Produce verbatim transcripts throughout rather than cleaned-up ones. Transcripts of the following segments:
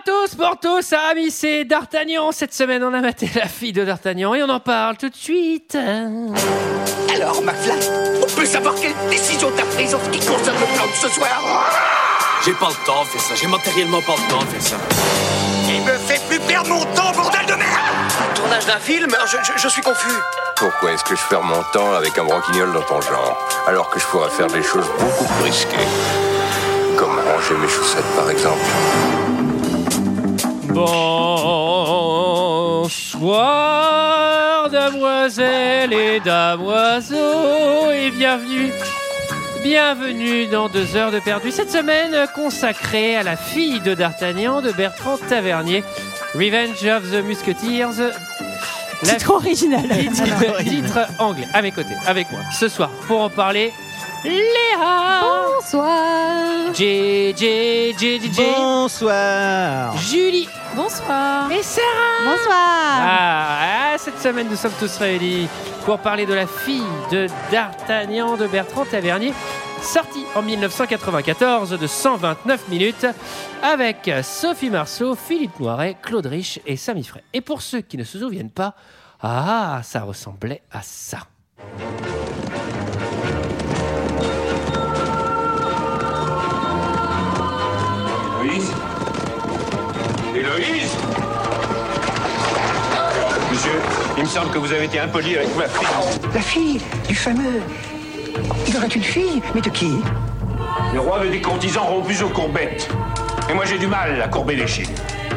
tous, pour tous, amis, c'est D'Artagnan. Cette semaine, on a maté La fille de D'Artagnan et on en parle tout de suite. Alors, McFly, on peut savoir quelle décision t'as prise en ce qui concerne le plan de ce soir? J'ai pas le temps de faire ça, j'ai matériellement pas le temps de faire ça. Il me fait plus perdre mon temps, bordel de merde! Tournage d'un film? je, je, je suis confus. Pourquoi est-ce que je perds mon temps avec un branquignol dans ton genre, alors que je pourrais faire des choses beaucoup plus risquées? Comme ranger mes chaussettes, par exemple. Bonsoir, damoiselles et damoiseaux, et bienvenue, bienvenue dans deux heures de perdu. Cette semaine consacrée à La fille de D'Artagnan de Bertrand Tavernier, Revenge of the Musketeers. C'est trop original. Titre, titre anglais. À mes côtés, avec moi, ce soir, pour en parler, Léa. Bonsoir. J, J, J, J, J. Bonsoir. Julie. Bonsoir. Et Sarah. Bonsoir. Ah, ah, cette semaine, nous sommes tous réunis pour parler de La fille de D'Artagnan de Bertrand Tavernier, sorti en dix-neuf cent quatre-vingt-quatorze de cent vingt-neuf minutes, avec Sophie Marceau, Philippe Noiret, Claude Rich et Samy Frey. Et pour ceux qui ne se souviennent pas, ah, ça ressemblait à ça. Héloïse Héloïse Monsieur, il me semble que vous avez été impoli avec ma fille. La fille du fameux... Il aurait une fille, mais de qui? Le roi veut des courtisans rompus aux courbettes. Et moi j'ai du mal à courber les chines.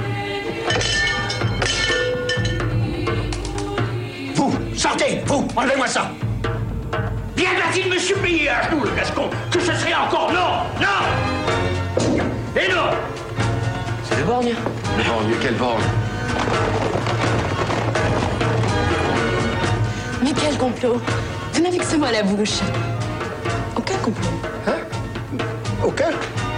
Vous, sortez, vous, enlevez-moi ça. Viendra-t-il me supplier à genoux, le gascon, que ce serait encore non, non et non. C'est le borgne. Le borgne, quel borgne? Mais quel complot! Vous n'avez que ce mot à la bouche. Aucun complot. Hein? Aucun?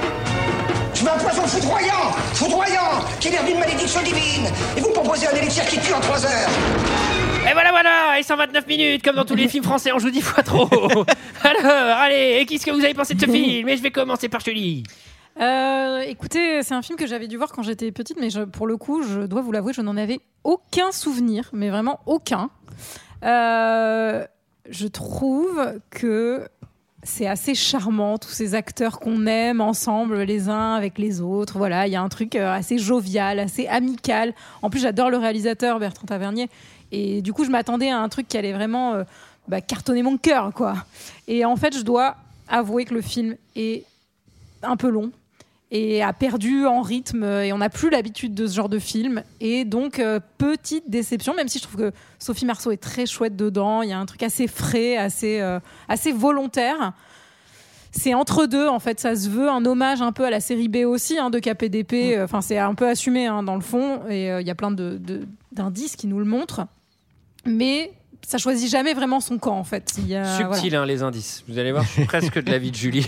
Je veux un poison foudroyant! Foudroyant! Qui est l'air d'une malédiction divine! Et vous me proposez un élixir qui tue en trois heures! Et voilà, voilà, et cent vingt-neuf minutes, comme dans tous les films français, on joue dix fois trop. Alors, allez, et qu'est-ce que vous avez pensé de ce film? Et je vais commencer par Julie. Euh, écoutez, c'est un film que j'avais dû voir quand j'étais petite, mais je, pour le coup, je dois vous l'avouer, je n'en avais aucun souvenir, mais vraiment aucun. Euh, je trouve que c'est assez charmant, tous ces acteurs qu'on aime ensemble, les uns avec les autres. Voilà, il y a un truc assez jovial, assez amical. En plus, j'adore le réalisateur Bertrand Tavernier, et du coup, je m'attendais à un truc qui allait vraiment euh, bah, cartonner mon cœur, quoi. Et en fait, je dois avouer que le film est un peu long et a perdu en rythme, et on n'a plus l'habitude de ce genre de film, et donc euh, petite déception, même si je trouve que Sophie Marceau est très chouette dedans. Il y a un truc assez frais, assez, euh, assez volontaire. C'est entre deux, en fait, ça se veut un hommage un peu à la série B aussi, hein, de K P D P. Enfin, c'est un peu assumé, hein, dans le fond, et il euh, y a plein de, de, d'indices qui nous le montrent, mais ça choisit jamais vraiment son camp, en fait. Il y a, Subtil, voilà. hein, les indices. Vous allez voir, je suis presque de l'avis de Julie.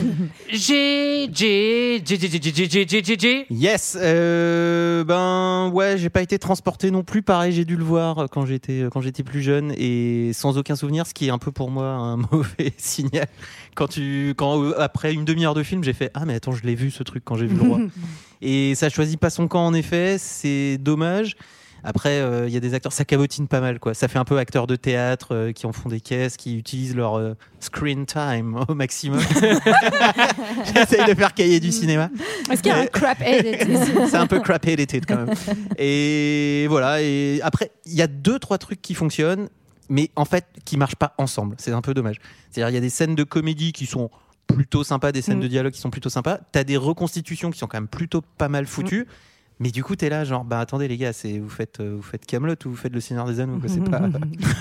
G, G, G, G, G, G, G, G, G, G. Yes, euh, ben ouais, j'ai pas été transporté non plus. Pareil, j'ai dû le voir quand j'étais quand j'étais plus jeune et sans aucun souvenir, ce qui est un peu pour moi un mauvais signal. Quand tu, quand après une demi-heure de film, j'ai fait ah mais attends, je l'ai vu ce truc quand j'ai vu le roi. Et ça choisit pas son camp en effet, c'est dommage. Après, il euh, y a des acteurs, ça cabotine pas mal, quoi. Ça fait un peu acteurs de théâtre euh, qui en font des caisses, qui utilisent leur euh, screen time au maximum. J'essaye de faire cahier du cinéma. Est-ce qu'il y a un crap edit? C'est un peu crap edited quand même. Et voilà. Et après, il y a deux, trois trucs qui fonctionnent, mais en fait, qui marchent pas ensemble. C'est un peu dommage. C'est-à-dire, il y a des scènes de comédie qui sont plutôt sympas, des scènes mmh. de dialogue qui sont plutôt sympas. T'as des reconstitutions qui sont quand même plutôt pas mal foutues. Mmh. Mais du coup, t'es là, genre, bah attendez les gars, c'est, vous faites, euh, vous faites Kaamelott ou vous faites Le Seigneur des Anneaux, c'est pas.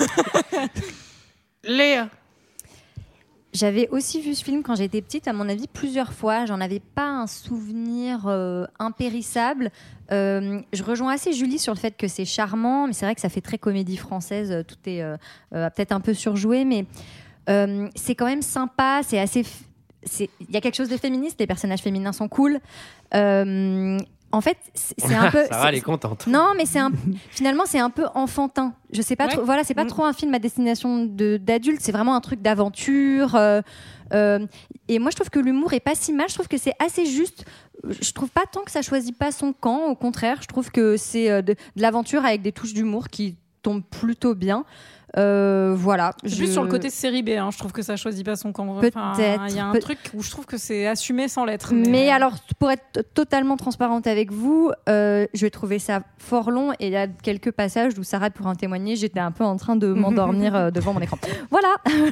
Léa. J'avais aussi vu ce film quand j'étais petite, à mon avis, plusieurs fois. J'en avais pas un souvenir euh, impérissable. Euh, je rejoins assez Julie sur le fait que c'est charmant, mais c'est vrai que ça fait très comédie française. Tout est euh, euh, peut-être un peu surjoué, mais euh, c'est quand même sympa. C'est assez. F- Il y a quelque chose de féministe, les personnages féminins sont cool. Euh, En fait, c'est, c'est un peu. Sarah, elle est contente. Non, mais c'est un. Finalement, c'est un peu enfantin. Je sais pas Ouais. trop. Voilà, c'est pas Mm. trop un film à destination de, d'adultes. C'est vraiment un truc d'aventure. euh, euh, et moi, je trouve que l'humour est pas si mal. Je trouve que c'est assez juste. Je trouve pas tant que ça choisit pas son camp. Au contraire, je trouve que c'est euh, de, de l'aventure avec des touches d'humour qui tombent plutôt bien. Euh, voilà. C'est je... plus sur le côté série B, hein. Je trouve que ça choisit pas son camp. Peut-être. Il y a un Peut- truc où je trouve que c'est assumé sans l'être. Mais alors, pour être t- totalement transparente avec vous, euh, je vais trouver ça fort long et il y a quelques passages où Sarah pourra en témoigner. J'étais un peu en train de m'endormir euh, devant mon écran. Voilà.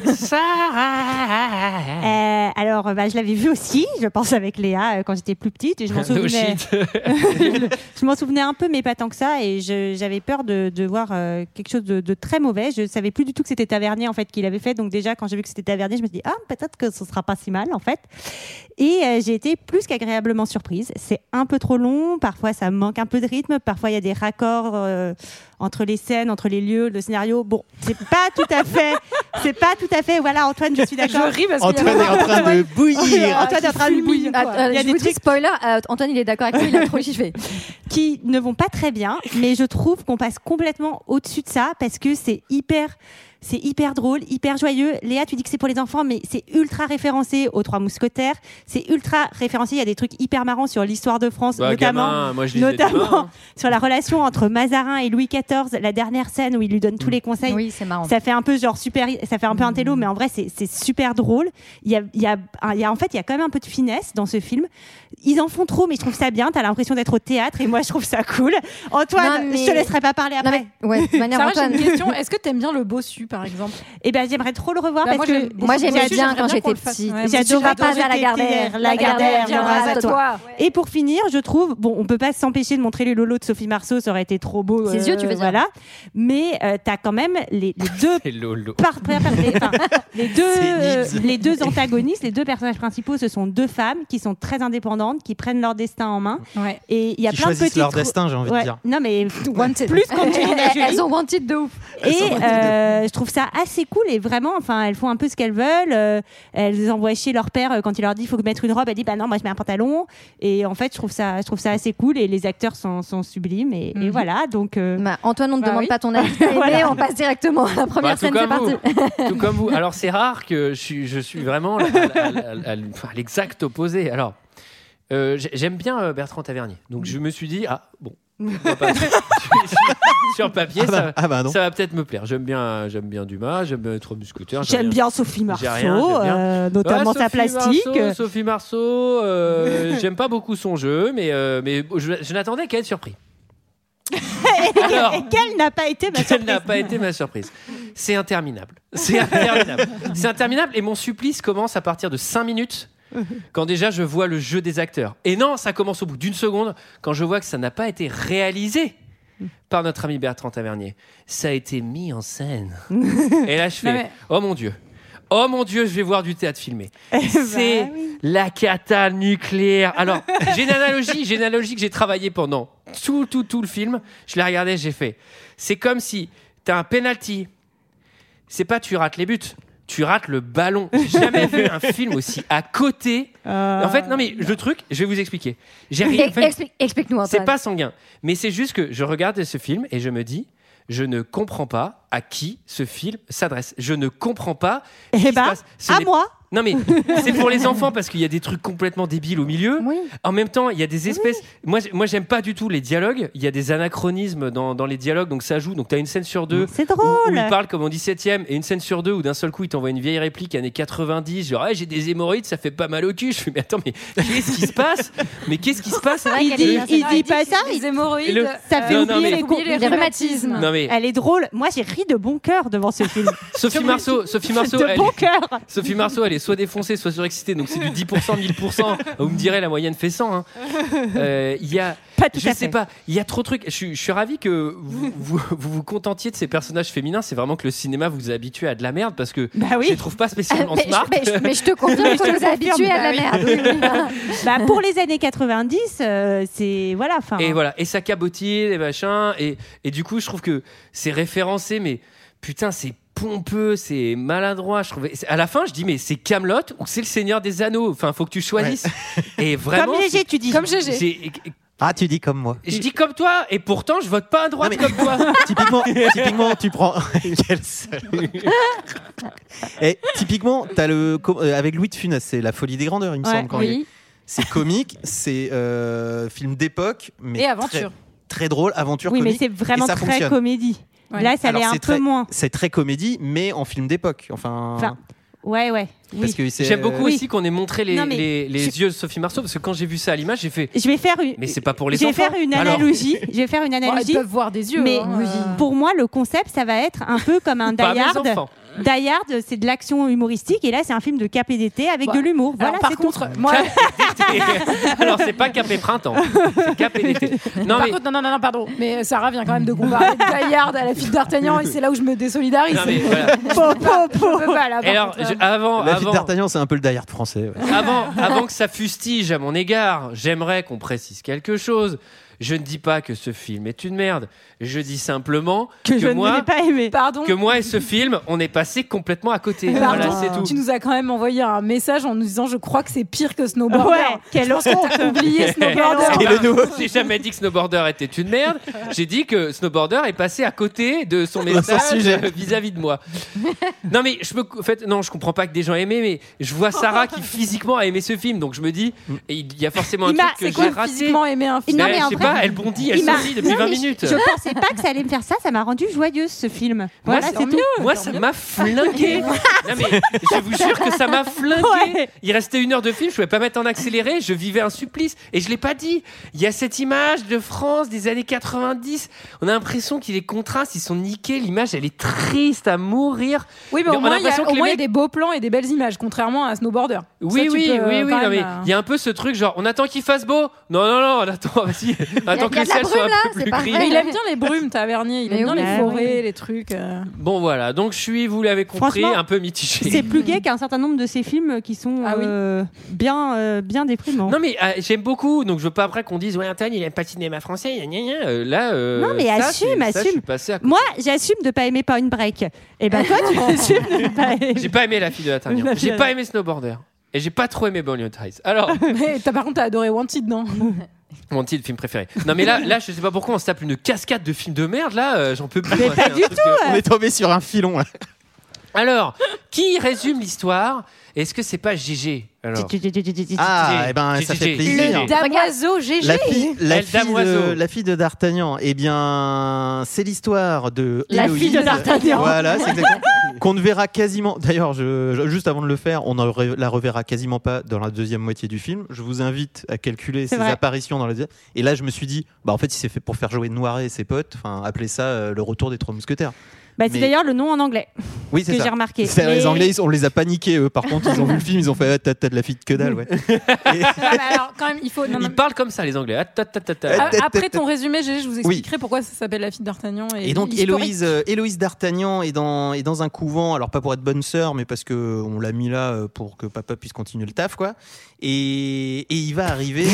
Sarah Euh, alors, bah, je l'avais vu aussi, je pense avec Léa euh, quand j'étais plus petite et je m'en No souvenais. shit. je m'en souvenais un peu, mais pas tant que ça. Et je- j'avais peur de, de voir euh, quelque chose de, de très mauvais. Je savais plus du tout que c'était Tavernier en fait qu'il avait fait. Donc déjà, quand j'ai vu que c'était Tavernier, je me suis dit ah peut-être que ce sera pas si mal en fait. Et euh, j'ai été plus qu'agréablement surprise. C'est un peu trop long. Parfois, ça manque un peu de rythme. Parfois, il y a des raccords euh, entre les scènes, entre les lieux, le scénario. Bon, c'est pas tout à fait. C'est pas tout à fait. Voilà, Antoine, je suis d'accord. Je ris parce qu'il y a Antoine est en train de bouillir. Antoine est en train de bouillir. Ah, euh, Il y a je des vous dis trucs spoiler. euh, Antoine, il est d'accord avec moi. Il a trop kiffé. qui ne vont pas très bien, mais je trouve qu'on passe complètement au-dessus de ça parce que c'est hyper, c'est hyper drôle, hyper joyeux. Léa, tu dis que c'est pour les enfants, mais c'est ultra référencé aux Trois Mousquetaires. C'est ultra référencé. Il y a des trucs hyper marrants sur l'histoire de France, Bah, notamment, gamin, moi, je lisais notamment gamin, hein. sur la relation entre Mazarin et Louis quatorze. La dernière scène où il lui donne tous les conseils. Oui, c'est marrant. Ça fait un peu genre super, ça fait un peu un télo, mais en vrai c'est, c'est super drôle. Il y a, il y a, il y a en fait il y a quand même un peu de finesse dans ce film. Ils en font trop, mais je trouve ça bien. T'as l'impression d'être au théâtre et moi je trouve ça cool. Antoine, Non, mais- je te laisserai pas parler Non, après. mais, ouais, de manière Sarah, j'ai Antoine. une question. Est-ce que t'aimes bien le bossu, par exemple? Et ben j'aimerais trop le revoir Bah, parce moi, que j'aime- Moi, j'aimais Bossu, bien j'aimerais quand bien j'étais qu'on le fasse. petite. Ouais, J'adore Tu vas pas J'étais à la Gardère. hier, la Gardère viendra à toi. Ouais. Et pour finir, je trouve, bon, on peut pas s'empêcher de montrer les lolos de Sophie Marceau, ça aurait été trop beau. Ses yeux, tu veux dire. Voilà. Mais euh, t'as quand même les, les deux C'est Lolo. par, par- par- les, enfin, les deux, C'est euh, Nibs. les deux antagonistes, les deux personnages principaux, ce sont deux femmes qui sont très indépendantes, qui prennent leur destin en main. Ouais. Et il y a Qui plein de choisissent petits leur trous- destin, j'ai envie de Ouais. dire. Non mais Wanted. plus qu'Angelina Elles, Jolie. elles ont wanted de ouf. Et euh, je trouve ça assez cool et vraiment, enfin, elles font un peu ce qu'elles veulent. Euh, elles envoient chez leur père euh, quand il leur dit il faut mettre une robe. Elle dit bah non, moi je mets un pantalon. Et en fait, je trouve ça, je trouve ça assez cool et les acteurs sont, sont sublimes et, et Mhm. voilà. Donc euh, Bah, Antoine, on ne Bah demande oui. pas ton avis. T'as aimé, Voilà. on passe directement à la première Bah, tout scène. C'est comme parti. vous. Tout comme vous. Alors c'est rare que je suis, je suis vraiment à, à- à- à- à- à l'exact opposé. Alors euh, j'ai- j'aime bien euh, Bertrand Tavernier, donc je me suis dit ah bon. pourquoi pas. Sur papier, Ah bah, ça, ah bah non. ça va peut-être me plaire. J'aime bien, j'aime bien Dumas, j'aime bien les Trois Mousquetaires. j'ai j'aime rien- bien Sophie J'ai Marceau, rien, j'aime bien. euh, notamment Ouais, sa Sophie plastique. Marceau, Sophie Marceau, euh, j'aime pas beaucoup son jeu, mais, euh, mais je, je n'attendais qu'à être surpris. Alors, Et quelle n'a pas été ma quelle surprise n'a pas été ma surprise. C'est interminable. C'est interminable. C'est interminable et mon supplice commence à partir de cinq minutes quand déjà je vois le jeu des acteurs. Et non, ça commence au bout d'une seconde quand je vois que ça n'a pas été réalisé par notre ami Bertrand Tavernier. Ça a été mis en scène. Et là, je fais Non, mais- oh mon Dieu. Oh mon Dieu, je vais voir du théâtre filmé. Bah C'est oui. la cata nucléaire. Alors, j'ai une analogie, j'ai une analogie que j'ai travaillé pendant tout, tout, tout le film. Je l'ai regardé, j'ai fait. C'est comme si tu as un penalty. C'est pas tu rates les buts, tu rates le ballon. J'ai jamais vu un film aussi à côté. Euh, En fait, non mais le truc, je vais vous expliquer. J'ai rien. en fait, Explique- Explique-nous, c'est Antoine. pas sanguin, mais c'est juste que je regarde ce film et je me dis, je ne comprends pas à qui ce film s'adresse. Je ne comprends pas. ce Eh qui se ben, passe. Ce à n'est- moi. Non mais c'est pour les enfants parce qu'il y a des trucs complètement débiles au milieu. Oui. En même temps, il y a des espèces. Moi, j- moi, j'aime pas du tout les dialogues. Il y a des anachronismes dans, dans les dialogues, donc ça joue. Donc t'as une scène sur deux C'est où, drôle. où il parle comme en dix-septième et une scène sur deux où d'un seul coup il t'envoie une vieille réplique années quatre-vingt-dix, genre hey, j'ai des hémorroïdes, ça fait pas mal au cul. Je fais mais attends, mais qu'est-ce qui se passe Mais qu'est-ce qui se passe C'est vrai Il qu'elle dit, est bien, c'est il vrai. dit pas ça. Les il- hémorroïdes. Et le- Ça fait Non, non, oublier mais- les, Oublier les Les rhumatismes. rhumatismes. Non mais Elle est drôle. Moi, j'ai ri de bon cœur devant ce film. Sophie Marceau, Sophie Marceau, de elle, bon cœur. Sophie Marceau, elle est soit défoncée, soit surexcitée, donc c'est du dix pour cent, mille pour cent. Vous me direz, la moyenne fait cent. hein. Euh, Il y a, Pas tout je à sais fait. pas, il y a trop de trucs. Je, suis- je suis ravi que vous vous, vous vous contentiez de ces personnages féminins. C'est vraiment que le cinéma vous a habitué à de la merde parce que Bah oui. je les trouve pas spécialement mais, je, smart. mais je- mais je te confirme qu'on nous a habitués à de la merde. Oui, oui. Bah, pour les années quatre-vingt-dix, euh, c'est voilà. Enfin. Et voilà, et ça cabotine, et machin, et, et du coup, je trouve que c'est référencé, mais putain, c'est pompeux, c'est maladroit. Je trouvais... À la fin, je dis, mais c'est Kaamelott ou c'est le Seigneur des Anneaux. Enfin, faut que tu choisisses. Et vraiment, Comme G G, tu dis. Comme G G. j'ai- Ah, tu dis comme moi. Je dis comme toi, et pourtant je vote pas à droite Non, mais- comme toi. typiquement, typiquement, tu prends. Quel salaud. Et typiquement, t'as le co- euh, avec Louis de Funès, c'est La Folie des grandeurs, il me Ouais, semble. Quand il est- oui. C'est comique, c'est euh, film d'époque, mais Et aventure. Très, très drôle, aventure Oui, mais comique. c'est vraiment et ça très fonctionne. comédie. Ouais. Là, ça Alors, l'est un c'est peu très- moins. C'est très comédie, mais en film d'époque. Enfin, Enfin, ouais, ouais. Oui. parce que c'est, J'aime beaucoup euh, aussi qu'on ait montré les, Non, mais les, les je- yeux de Sophie Marceau, parce que quand j'ai vu ça à l'image, j'ai fait. Je vais faire une. Mais c'est pas pour les je vais enfants. faire une Alors. analogie. Je vais faire une Bon, ils analogie. peuvent voir des yeux. Mais hein, euh. pour moi, le concept, ça va être un peu comme un Die Pas mes Hard. enfants. Die Hard, c'est de l'action humoristique, et là, c'est un film de K P D T avec Ouais. de l'humour. Alors, Voilà, par c'est contre, tout. moi, Alors, c'est pas Capé Printemps, c'est Capé d'été. Non, par mais. contre, non, non, non, non, pardon. Mais Sarah vient quand même de comparer Die Hard à la fille d'Artagnan, et c'est là où je me désolidarise. Non, mais voilà. Po, po, po. Je peux pas, là, par Et alors, contre, euh. je- avant, La fille avant, d'Artagnan, c'est un peu le Die Hard français. ouais. avant, avant que ça fustige à mon égard, j'aimerais qu'on précise quelque chose. Je ne dis pas que ce film est une merde. Je dis simplement que, Que je ne moi, l'ai pas aimé. Pardon. que moi et ce film, on est passé complètement à côté. Pardon, Voilà, c'est tout. tu nous as quand même envoyé un message en nous disant je crois que c'est pire que Snowboarder. Ouais, quelle honte. T'as oublié Snowboarder. Et le nouveau- J'ai jamais dit que Snowboarder était une merde. J'ai dit que Snowboarder est passé à côté de son message sujet. euh, vis-à-vis de moi. Non mais je me, en fait, non, je comprends pas que des gens aiment, mais je vois Sarah qui physiquement a aimé ce film, donc je me dis, et il y a forcément un Il m'a- truc que c'est quoi j'ai raté. physiquement aimer un film Non, Ben, mais je en sais vrai- pas, elle bondit, elle Il m'a- sourit depuis Non, vingt mais je- minutes. Je pensais pas que ça allait me faire ça. Ça m'a rendu joyeuse ce film. Moi, Voilà, c'est c'est tout. Moi, ça m'a flingué. Non, mais je vous jure que ça m'a flingué. Ouais. Il restait une heure de film, je pouvais pas mettre en accéléré, je vivais un supplice. Et je l'ai pas dit. Il y a cette image de France des années quatre-vingt-dix. On a l'impression qu'il les contrastes, ils sont niqués. L'image, elle est triste à mourir. Oui, mais Mais au on a moins, il y a, l'impression que au les moins, il y a mecs- des beaux plans et des belles images, contrairement à Snowboarder. Oui, Ça, tu oui, peux, oui, euh, oui. quand Non, même, mais euh, il y a un peu ce truc genre, on attend qu'il fasse beau. Non, non, non, on attend, vas-y. Attends que y a le de la ciel soit brume, un là, peu c'est plus pas gris. vrai. Mais il aime bien les brumes, Tavernier. Il Mais aime bien oui. les Ah, forêts, oui. les trucs. euh. Bon, voilà. Donc, je suis, vous l'avez compris, Franchement, un peu mitigé. C'est plus gay qu'un certain nombre de ces films qui sont Ah oui. euh, bien, euh, bien déprimants. Non mais euh, j'aime beaucoup, donc je veux pas après qu'on dise ouais Antoine il aime pas le cinéma français, gna, gna, gna. Euh, là euh, Non, mais ça, assume, c'est- ça, je assume. suis passé à côté. Moi, j'assume de pas aimer Point Break. Et ben toi, tu assumes de ne pas aimer. J'ai pas aimé La Fille de D'Artagnan, La Fille j'ai de- pas aimé Snowboarder et j'ai pas trop aimé Bowling Ties. Alors Mais t'as, par contre, t'as adoré Wanted, non? mon titre film préféré. Non mais là là je sais pas pourquoi on se tape une cascade de films de merde là, euh, j'en peux plus. Mais moi, pas c'est un du truc de- On est tombé sur un filon. Là. Alors qui résume l'histoire? Est-ce que c'est pas Gégé alors? Ah, et ben J'ai- ça j'ai- fait j'ai- plaisir. Le damoiseau G G. La fille, la, Elle fille damoiseau. de, la fille de D'Artagnan, eh bien, c'est l'histoire de La Héloïse. fille de D'Artagnan. Voilà, c'est exactement. Qu'on ne verra quasiment. D'ailleurs, je, je- juste avant de le faire, on ne re- la reverra quasiment pas dans la deuxième moitié du film. Je vous invite à calculer C'est ses vrai. apparitions dans la deuxième. Et là, je me suis dit, bah en fait, il s'est fait pour faire jouer Noiret et ses potes. Enfin, appelez ça euh, le retour des Trois Mousquetaires. Bah, c'est Mais- d'ailleurs le nom en anglais Oui, c'est que ça. j'ai remarqué. C'est- Mais- Les Anglais, ils- on les a paniqués. Eux. Par contre, ils ont vu le film, ils ont fait ah, t'as, t'as de la fille de que dalle, ouais. Et- Ouais, mais alors, quand même, il faut. non, non, Ils parlent comme ça les Anglais. Ah, ta, ta, ta, ta. Euh, a- Après ton résumé, G G, je vous Oui. expliquerai pourquoi ça s'appelle La fille d'Artagnan. Et, Et donc l'historique. Héloïse, euh, Héloïse d'Artagnan est dans, est dans un couvent, alors pas pour être bonne sœur, mais parce que on l'a mis là euh, pour que papa puisse continuer le taf, quoi. Et, et il va arriver.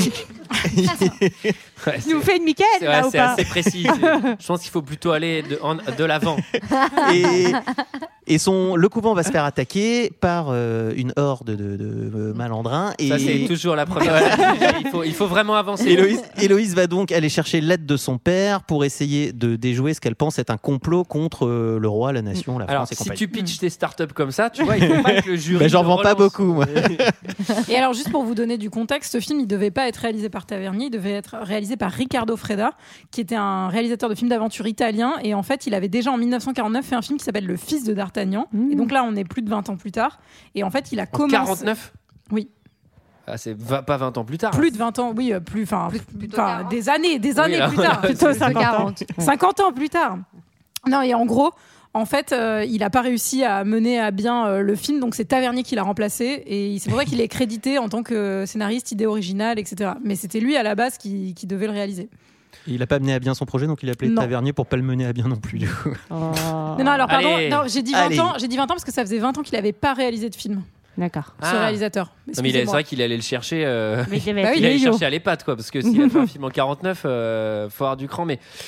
Ouais, Tu nous fais une Michael c'est, là ouais, ou c'est pas assez précis. C'est- Je pense qu'il faut plutôt aller de, en- de l'avant. et et son, le couvent va se faire attaquer par euh, une horde de, de, de malandrins. Et Ça c'est toujours la première. il, faut, il faut vraiment avancer. Héloïse, Héloïse va donc aller chercher l'aide de son père pour essayer de déjouer ce qu'elle pense être un complot contre euh, le roi, la nation, la Alors, France et si compagnie. tu pitches tes startups comme ça, tu vois, il faut pas que le jury. Bah, j'en te vends pas relance. beaucoup, moi. Et alors, juste pour vous donner du contexte, ce film, il devait pas être réalisé par Tavernier, il devait être réalisé par Riccardo Freda, qui était un réalisateur de films d'aventure italien. Et en fait, il avait déjà en mille neuf cent quarante-neuf fait un film qui s'appelle Le Fils de D'Artagnan. Mmh. Et donc là, on est plus de vingt ans plus tard. Et en fait, il a En commencé. quarante-neuf. Oui. Ah, c'est va- pas vingt ans plus tard. Plus de vingt ans, oui, euh, plus, enfin, plutôt enfin, quarante. des années, des années là, plus tard. plutôt Plutôt cinquante ans. quarante. cinquante ans plus tard. Non, et en gros, en fait, euh, il n'a pas réussi à mener à bien euh, le film, donc c'est Tavernier qui l'a remplacé, et c'est pour ça qu'il est crédité en tant que scénariste, idée originale, et cetera. Mais c'était lui à la base qui, qui devait le réaliser. Il a pas mené à bien son projet, donc il a appelé Non. Tavernier pour pas le mener à bien non plus. Du coup. Non, non, alors pardon, Allez. non, j'ai dit vingt Allez. ans, j'ai dit vingt ans parce que ça faisait vingt ans qu'il n'avait pas réalisé de film, D'accord. ce Ah. réalisateur. Non, mais il est- c'est Excusez-moi. vrai qu'il allait le chercher. euh, Mais je vais Bah être oui, il allait le vieillot. chercher à l'EHPAD, quoi, parce que s'il a fait un film en quarante-neuf, euh, faut avoir du cran. Mais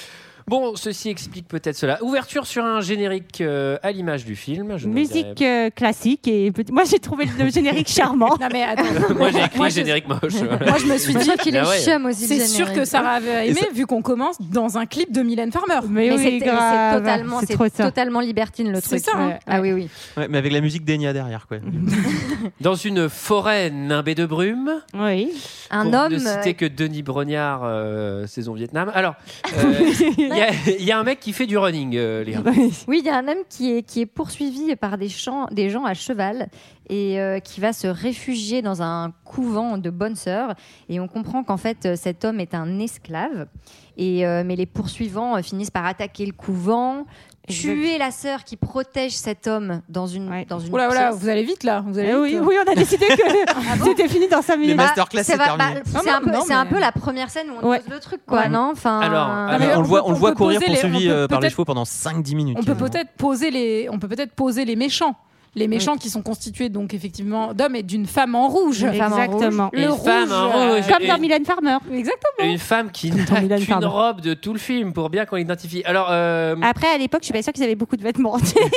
Bon, ceci explique peut-être cela. Ouverture sur un générique euh, à l'image du film. Je ne Musique dirais- euh, classique et peut- moi j'ai trouvé le générique charmant. Non mais attends. Moi j'ai écrit Moi, je- générique moche. Moi, je me suis dit qu'il est Ah ouais. chum aussi. C'est le sûr générique. que Sarah avait aimé, ça- vu qu'on commence dans un clip de Mylène Farmer. Mais, Mais oui, c'était- mais c'est grave. totalement, C'est c'est trop ça. totalement libertine le C'est truc. ça, hein. Ouais. Ah oui, oui. Ouais, mais avec la musique d'Enya derrière, quoi. Dans une forêt nimbée de brume. Oui. Un pour homme. ne citer euh, que Denis Brognard, euh, saison Vietnam. Alors, euh, il y, a- il y a un mec qui fait du running, euh, Léa. Oui, il y a un homme qui est, qui est poursuivi par des, champs, des gens à cheval et euh, qui va se réfugier dans un couvent de bonnes sœurs. Et on comprend qu'en fait, euh, cet homme est un esclave. Et, euh, mais les poursuivants euh, finissent par attaquer le couvent, tuer la sœur qui protège cet homme dans une, Ouais. dans une Oula, oula, pièce. vous allez vite là. Vous allez Eh vite, oui, là. oui, on a décidé que c'était fini dans cinq Les minutes. masterclass, c'est c'est va- terminé. bah, Ah c'est un, non, peu, non, c'est un mais- peu la première scène où on Ouais. pose le truc, quoi, Ouais. non enfin, Alors, euh, alors, mais on, on le voit, peut- on le on voit peut courir poser les- poursuivi on peut euh, par les peut-être- chevaux pendant cinq dix minutes. On peut peut-être poser les, on peut peut-être poser les méchants. Les méchants qui sont constitués donc effectivement d'hommes et d'une femme en rouge. Une femme en Exactement. Le Une rouge, femme en euh, rouge. Comme dans Et- Mylène Farmer. Exactement. Une femme qui Dans n'a Mylène qu'une Farmer. robe de tout le film pour bien qu'on l'identifie. Alors, euh, Après, à l'époque, je suis pas sûre qu'ils avaient beaucoup de vêtements.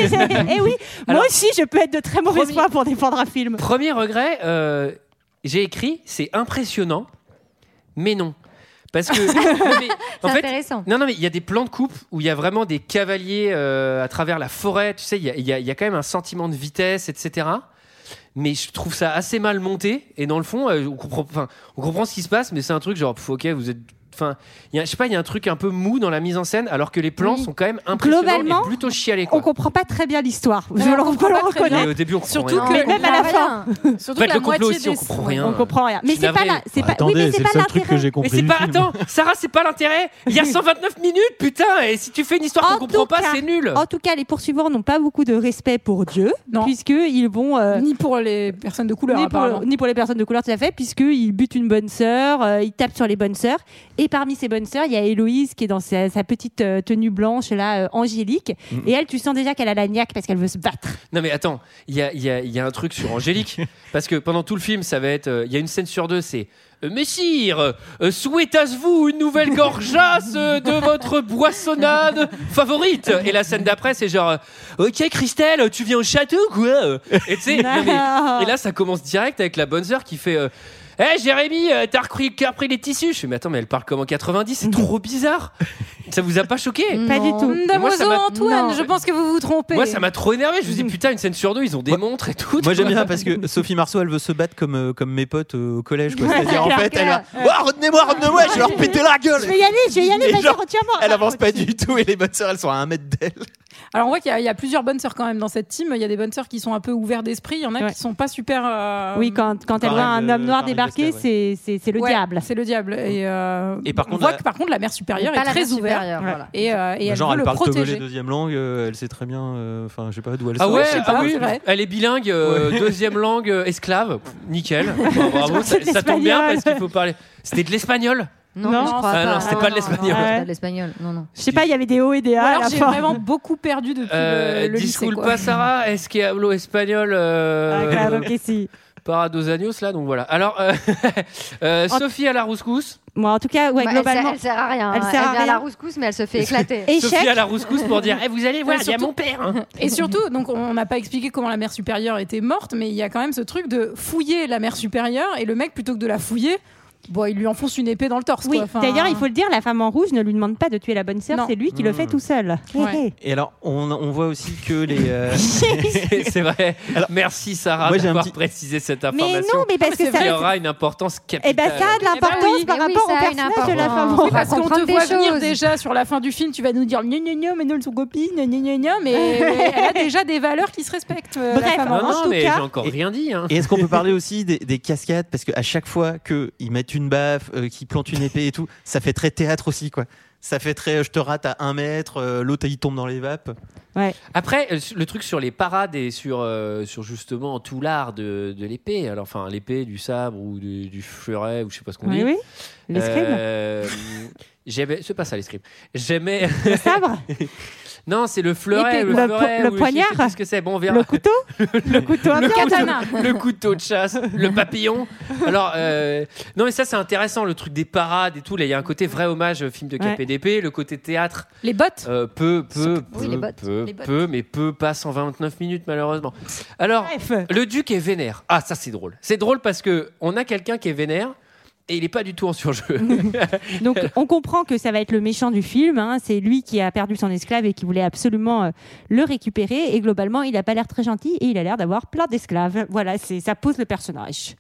Et oui, Alors- moi aussi, je peux être de très mauvaise Premier- foi pour défendre un film. premier regret, euh, j'ai écrit, c'est impressionnant, mais non. Parce que, mais, en c'est fait, intéressant. non, non, mais il y a des plans de coupe où il y a vraiment des cavaliers euh, à travers la forêt. Tu sais, il y a, il y a- il y a quand même un sentiment de vitesse, et cetera. Mais je trouve ça assez mal monté. Et dans le fond, euh, on comprend, enfin, on comprend ce qui se passe, mais c'est un truc genre, pff, ok, vous êtes. Enfin, il y a- je sais pas, il y a un truc un peu mou dans la mise en scène, alors que les plans Oui. sont quand même impressionnants Globalement, et plutôt chialés. On Quoi. comprend pas très bien l'histoire. Je on le comprend le pas très bien. Et reconnais. au début, on comprend Surtout rien. que- Mais même à la fin. Surtout En que fait, la le complot moitié aussi, on des comprend rien. On comprend rien. Mais Je suis c'est pas navré. là. C'est Bah, pas. Oui, attendez, mais c'est c'est le pas seul truc que l'intérêt. j'ai Mais compris c'est du pas. film. Attends, Sarah, c'est pas l'intérêt. Il y a cent vingt-neuf minutes, putain. Et si tu fais une histoire En qu'on comprend tout pas, cas- c'est nul. En tout cas, les poursuivants n'ont pas beaucoup de respect pour Dieu, Non. puisqu'ils vont. euh, Ni pour les personnes de couleur, ni, pour, apparemment. ni pour les personnes de couleur, tout à fait, puisqu'ils butent une bonne sœur, euh, ils tapent sur les bonnes sœurs. Et parmi ces bonnes sœurs, il y a Héloïse qui est dans sa, sa petite euh, tenue blanche, là, euh, angélique. Et elle, tu sens déjà qu'elle a la niaque parce qu'elle veut se battre. Non mais attends, il y a, il y a- il y a un truc sur Angélique, parce que pendant tout le film, ça va être, euh, il y a une scène sur deux, c'est euh, Messire, euh, souhaitez-vous une nouvelle gorgeasse euh, de votre boissonnade favorite? Et la scène d'après, c'est genre, euh, ok Christelle, tu viens au château quoi? Et tu sais, non, mais- et là ça commence direct avec la bonne sœur qui fait. euh, Hé Jérémy, euh, t'as repris, t'as repris les tissus? Je fais, mais attends, mais elle parle comme en quatre-vingt-dix, c'est trop bizarre. Ça vous a pas choqué? Pas du tout. Et moi, ça Damoiseau m'a- Antoine, Non. je pense que vous vous trompez. Moi ça m'a trop énervé, je me dis putain, une scène sur deux, ils ont des Moi- montres et tout. Moi j'aime bien parce que Sophie Marceau elle veut se battre comme, euh, comme mes potes euh, au collège quoi. Ouais, C'est-à-dire en clair, fait elle va clair. Ouah, retenez-moi retenez-moi je vais leur péter la gueule. Je vais y aller, je vais y aller, Et vas-y, genre, retiens-moi. Elle avance pas du tout et les bonnes sœurs elles sont à un mètre d'elle. Alors on voit qu'il y, a- il y a plusieurs bonnes sœurs quand même dans cette team. Il y a des bonnes sœurs qui sont un peu ouvertes d'esprit. Il y en a Ouais. qui sont pas super. euh, Oui, quand, quand elle Pareil, voit un euh, homme noir pareil débarquer, d'esclave, c'est c'est- c'est le ouais, diable. C'est le diable. Et, euh, Et par on contre, voit la- que par contre la mère supérieure Pas est la très mère ouverte. supérieure, voilà. Et, euh, et elle Genre veut elle le parle togolais protéger. deuxième langue, euh, elle sait très bien, euh, enfin je sais pas d'où elle Ah sort. ouais, je sais ah pas, oui, c'est vrai. elle est bilingue, euh, deuxième langue euh, esclave, Pff, nickel. Bon, bravo, ça, c'est de ça tombe bien l'espagnol. parce qu'il faut parler. C'était de l'espagnol. Non, Non. je crois Ah pas. non, c'était pas de l'espagnol. Non, c'était Ouais. pas de l'espagnol. Non, non. Je sais pas, il y avait des hauts et des Ou A à alors la j'ai fin. vraiment beaucoup perdu depuis Euh, le, le lycée. disculpa quoi. Sarah, est-ce qu'il y a hablo espagnol euh, Ah, claro que si. para dos años là, donc voilà. Alors, euh, euh, En- Sophie à la rouscousse. Moi, en tout cas, ouais, Bah, elle, globalement. sert, elle sert à rien. Elle hein. sert à vient à rien. la rouscousse, mais elle se fait éclater. Échec. Sophie à la rouscousse pour dire, eh, vous allez voir, Mais il y a surtout- mon père. hein. Et surtout, donc on n'a pas expliqué comment la mère supérieure était morte, mais il y a quand même ce truc de fouiller la mère supérieure et le mec plutôt que de la fouiller, bon, il lui enfonce une épée dans le torse. Oui, quoi. Enfin, d'ailleurs, il faut le dire, la femme en rouge ne lui demande pas de tuer la bonne sœur, Non. c'est lui qui le Mmh. fait tout seul. Ouais. Et alors on, on voit aussi que les euh, C'est vrai. Alors, Merci Sarah moi, j'ai un d'avoir petit- précisé cette Mais information. non, mais parce Ah, que mais c'est ça. qui aura une importance capitale. Eh ben, ça a de l'importance Eh ben oui, par mais oui, rapport ça au a une personnage de la importance. femme en Oui, rouge. Oui, parce qu'on comprendre te des voit venir choses. déjà sur la fin du film, tu vas nous dire gna gna gna, mais non, elles sont copines, gna gna gna gna, mais elle a déjà des valeurs qui se respectent. euh, Bref, la femme Non, en non, rouge. tout mais cas- j'ai encore Et- rien dit. Hein. Et est-ce qu'on peut parler aussi des, des cascades parce qu'à chaque fois qu'ils mettent une baffe, euh, qu'ils plantent une épée et tout, ça fait très théâtre aussi quoi. Ça fait très, euh, je te rate à un mètre, euh, l'autre il tombe dans les vapes. Après, euh, le truc sur les parades et sur, euh, sur justement tout l'art de, de l'épée, alors enfin l'épée, du sabre ou du, du fleuret ou je sais pas ce qu'on Oui, dit. oui. L'escrime. Euh, J'aimais, c'est pas ça l'escrime. J'aimais. Le sabre. Non, c'est le fleuret, Le le, po- fleuret, le ou poignard. Je sais plus ce que c'est. Bon, on verra. Le couteau. Le couteau à le, viande. katana. couteau, le couteau de chasse, le papillon. Alors, euh, non, mais ça, c'est intéressant, le truc des parades et tout. Là, il y a un côté vrai hommage au film de K P D P, le côté théâtre. Les bottes. Euh, peu, peu, peu, Oui, les bottes. peu, Les bottes. peu, mais peu, pas cent vingt-neuf minutes, malheureusement. Alors, Bref. le duc est vénère. Ah, ça, c'est drôle. C'est drôle parce que on a quelqu'un qui est vénère. Et il n'est pas du tout en surjeu. Donc on comprend que ça va être le méchant du film. Hein. C'est lui qui a perdu son esclave et qui voulait absolument euh, le récupérer. Et globalement, il n'a pas l'air très gentil et il a l'air d'avoir plein d'esclaves. Voilà, c'est, ça pose le personnage.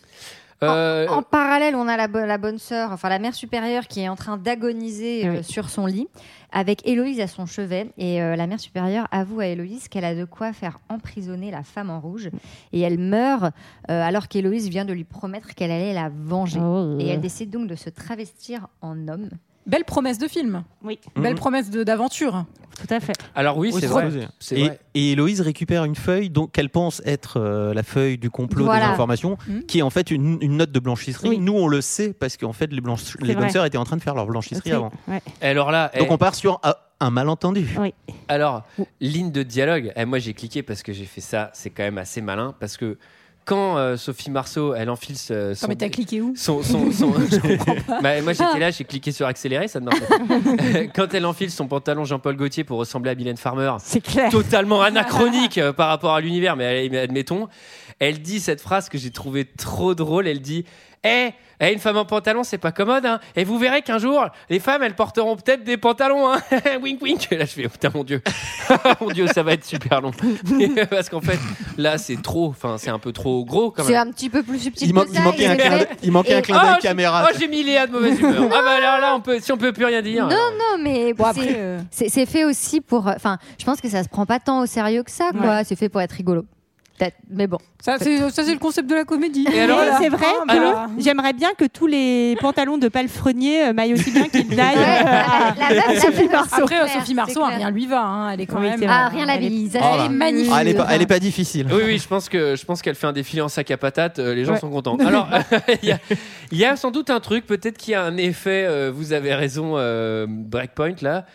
Euh, En parallèle, on a la, bo- la bonne sœur, enfin la mère supérieure qui est en train d'agoniser euh, Oui. sur son lit, avec Héloïse à son chevet. Et euh, la mère supérieure avoue à Héloïse qu'elle a de quoi faire emprisonner la femme en rouge. Et elle meurt euh, alors qu'Héloïse vient de lui promettre qu'elle allait la venger. Oh. Et elle décide donc de se travestir en homme. Belle promesse de film. Oui, Belle Mhm. promesse de- d'aventure. tout à fait. Alors oui, Oui, c'est c'est vrai. vrai. C'est Et, vrai. et Héloïse récupère une feuille donc, qu'elle pense être euh, la feuille du complot Voilà. des informations, Mhm. qui est en fait une, une note de blanchisserie. Oui. Nous, on le sait parce qu'en fait, les, blanches- les vrai. bonnes sœurs étaient en train de faire leur blanchisserie Oui, avant. ouais. Et alors là, Donc eh, on part sur ah, un malentendu. Oui. alors ligne de dialogue. Eh, moi, j'ai cliqué parce que j'ai fait ça. C'est quand même assez malin parce que quand euh, Sophie Marceau, elle enfile ce- son, Non, mais t'as cliqué où son, son, son- Bah, moi j'étais là, j'ai cliqué sur accélérer, ça ne marche pas. Quand elle enfile son pantalon Jean-Paul Gaultier pour ressembler à Mylène Farmer, C'est clair. totalement anachronique euh, par rapport à l'univers, mais, mais admettons, elle dit cette phrase que j'ai trouvée trop drôle. Elle dit Eh, eh, une femme en pantalon, c'est pas commode, hein. Et vous verrez qu'un jour, les femmes, elles porteront peut-être des pantalons, hein. Wink, wink. Et là, je fais, oh, putain, mon Dieu. Mon Dieu, ça va être super long. Parce qu'en fait, là, c'est trop, enfin, c'est un peu trop gros, quand même. C'est un petit peu plus subtil Il, que man- ça. il manquait et un c'est clin, fait- il manquait un et- clin d'œil Oh, j'ai- caméra. oh, j'ai mis Léa de mauvaise humeur. Ah bah alors là, on peut, si on peut plus rien dire. Non, alors. non, mais Bon, c'est- après, euh, c'est c'est fait aussi pour. Enfin, je pense que ça se prend pas tant au sérieux que ça, quoi. C'est fait pour être rigolo. Peut-être, mais bon. ça, c'est, ça, c'est le concept de la comédie. Et alors Mais là- c'est vrai Ah, que voilà. j'aimerais bien que tous les pantalons de palefrenier euh, maillent aussi bien qu'ils aillent Ouais, euh, à- la- la meuf, à la Sophie meuf. Marceau. Après, euh, clair, Sophie Marceau, c'est clair. rien lui va. Hein. Elle est quand Oui, même. c'est vrai. Ah, rien la Elle est- vise. Oh là. Elle est magnifique. Ah, elle, est pas, elle est pas difficile. Oui, oui, je pense que je pense qu'elle fait un défilé en sac à patates. euh, les gens Ouais. sont contents. Alors, il y, a- il y a sans doute un truc. Peut-être qu'il y a un effet. euh, vous avez raison. euh, breakpoint là.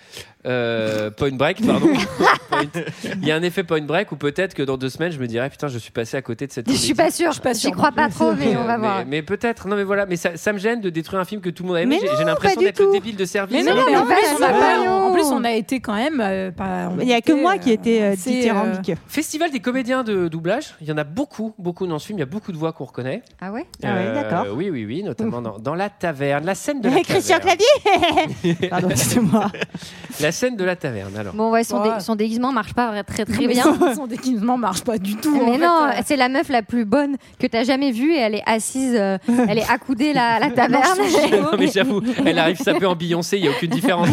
Euh, point break, pardon. Point. Il y a un effet point break où peut-être que dans deux semaines, je me dirais putain, je suis passé à côté de cette. Je suis pas sûre. pas sûre J'y crois non pas plus. trop, mais on va Euh, voir. mais, mais peut-être, non mais voilà, mais ça, ça me gêne de détruire un film que tout le monde a aimé. Mais J'ai j'ai l'impression pas du d'être le tout. débile de service. Mais non, alors mais que- en plus, on a bah, pas- voyons. en plus, on a été quand même. euh, pas- on Il n'y a que était, moi qui euh, étais euh, assez, dithyrambique. Festival des comédiens de doublage. Il y en a beaucoup, beaucoup dans ce film. Il y a beaucoup de voix qu'on reconnaît. Ah ouais. Ah ouais, d'accord. Oui, oui, oui, notamment dans, dans la taverne, la scène de la Christian taverne. Clavier Pardon, excusez-moi. La scène de la taverne. Alors. Bon, ouais, son, Ouais. dé- son déguisement marche pas très très Mais bien. son, son déguisement marche pas du tout. en Mais fait, non, euh. c'est la meuf la plus bonne que t'as jamais vue et elle est assise, euh, elle est accoudée la, la taverne. Non, mais j'avoue, elle arrive sapée en Beyoncé, il n'y a aucune différence.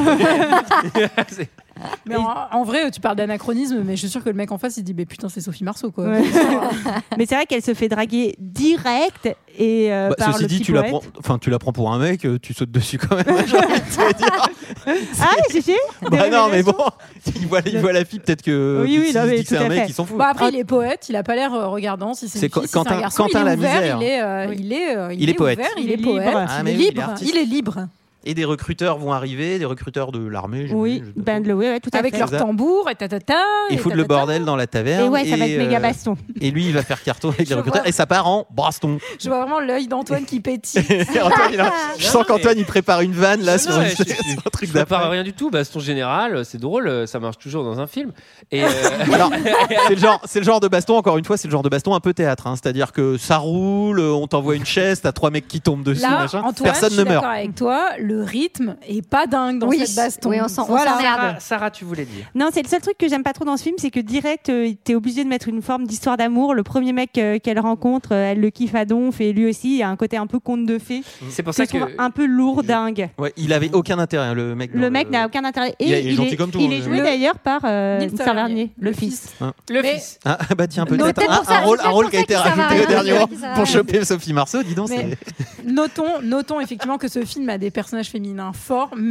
C'est- Mais en, en vrai, tu parles d'anachronisme, mais je suis sûr que le mec en face, il se dit, mais putain, c'est Sophie Marceau, quoi. Ouais. Mais c'est vrai qu'elle se fait draguer direct et euh, Bah, par ceci le dit, petit tu la, poète. prends, enfin, tu la prends pour un mec, euh, tu sautes dessus quand même. j'ai envie de te dire. Ah, Gégé Bah non, mais bon, il voit, il voit la fille, peut-être que Oui, oui, s'il non, se mais dit que c'est tout un à mec, fait. il s'en fout. Bon, après, il est poète, il a pas l'air euh, regardant si c'est C'est une fille, si c'est Quentin- un garçon. Quentin il est la ouvert, misère. il est, euh, il est, euh, Il est poète. ouvert, il, Il est est libre. poète, Ah, il mais est oui, il est libre, artiste. il est libre. Et des recruteurs vont arriver, des recruteurs de l'armée. j'ai Oui, vu, je- ben le ouais, ouais, tout à Avec fait. leur ça. tambour et tatata. Ils et foutent le tatata. bordel dans la taverne. Et ouais, ça va être euh, méga baston. Et lui, il va faire carton avec Je les recruteurs. vois. Et ça part en baston. Je vois vraiment l'œil d'Antoine qui pétille. Antoine, il a- je Non, sens mais- qu'Antoine, il prépare une vanne là Non, sur, ouais, une- je- je- sur un truc Je prépare d'après. rien du tout, baston général, c'est drôle, ça marche toujours dans un film. Et euh, Alors, c'est le, genre, c'est le genre de baston, encore une fois, c'est le genre de baston un peu théâtre. hein. C'est-à-dire que ça roule, on t'envoie une chaise, t'as trois mecs qui tombent dessus, Là, machin. Antoine, Personne je ne suis meurt. d'accord avec toi, le rythme est pas dingue dans Oui, cette baston. oui, on s'en- on Voilà. s'emmerde. Sarah, Sarah, tu voulais dire. Non, c'est le seul truc que j'aime pas trop dans ce film, c'est que direct, euh, t'es obligé de mettre une forme d'histoire d'amour. Le premier mec euh, qu'elle rencontre, euh, elle le kiffe à donf, et lui aussi, il y a un côté un peu conte de fée. C'est pour Que ça je trouve que un peu lourdingue. Ouais, il avait aucun intérêt, hein, le mec. dans Le mec n'a aucun intérêt. Et Il est- il est gentil comme tout, il hein, est le- joué Le- d'ailleurs par euh, Nils Tavernier, le fils. le Mais- fils. Ah bah tiens, Non, peut-être peut-être un, pour ça, un rôle, c'est un rôle pour qui a ça été qu'il servait à rajouté au rien, dernier moment qu'il servait à pour rien. choper Sophie Marceau. Dis donc, Mais- c'est... Notons, notons effectivement que ce film a des personnages féminins forts, mais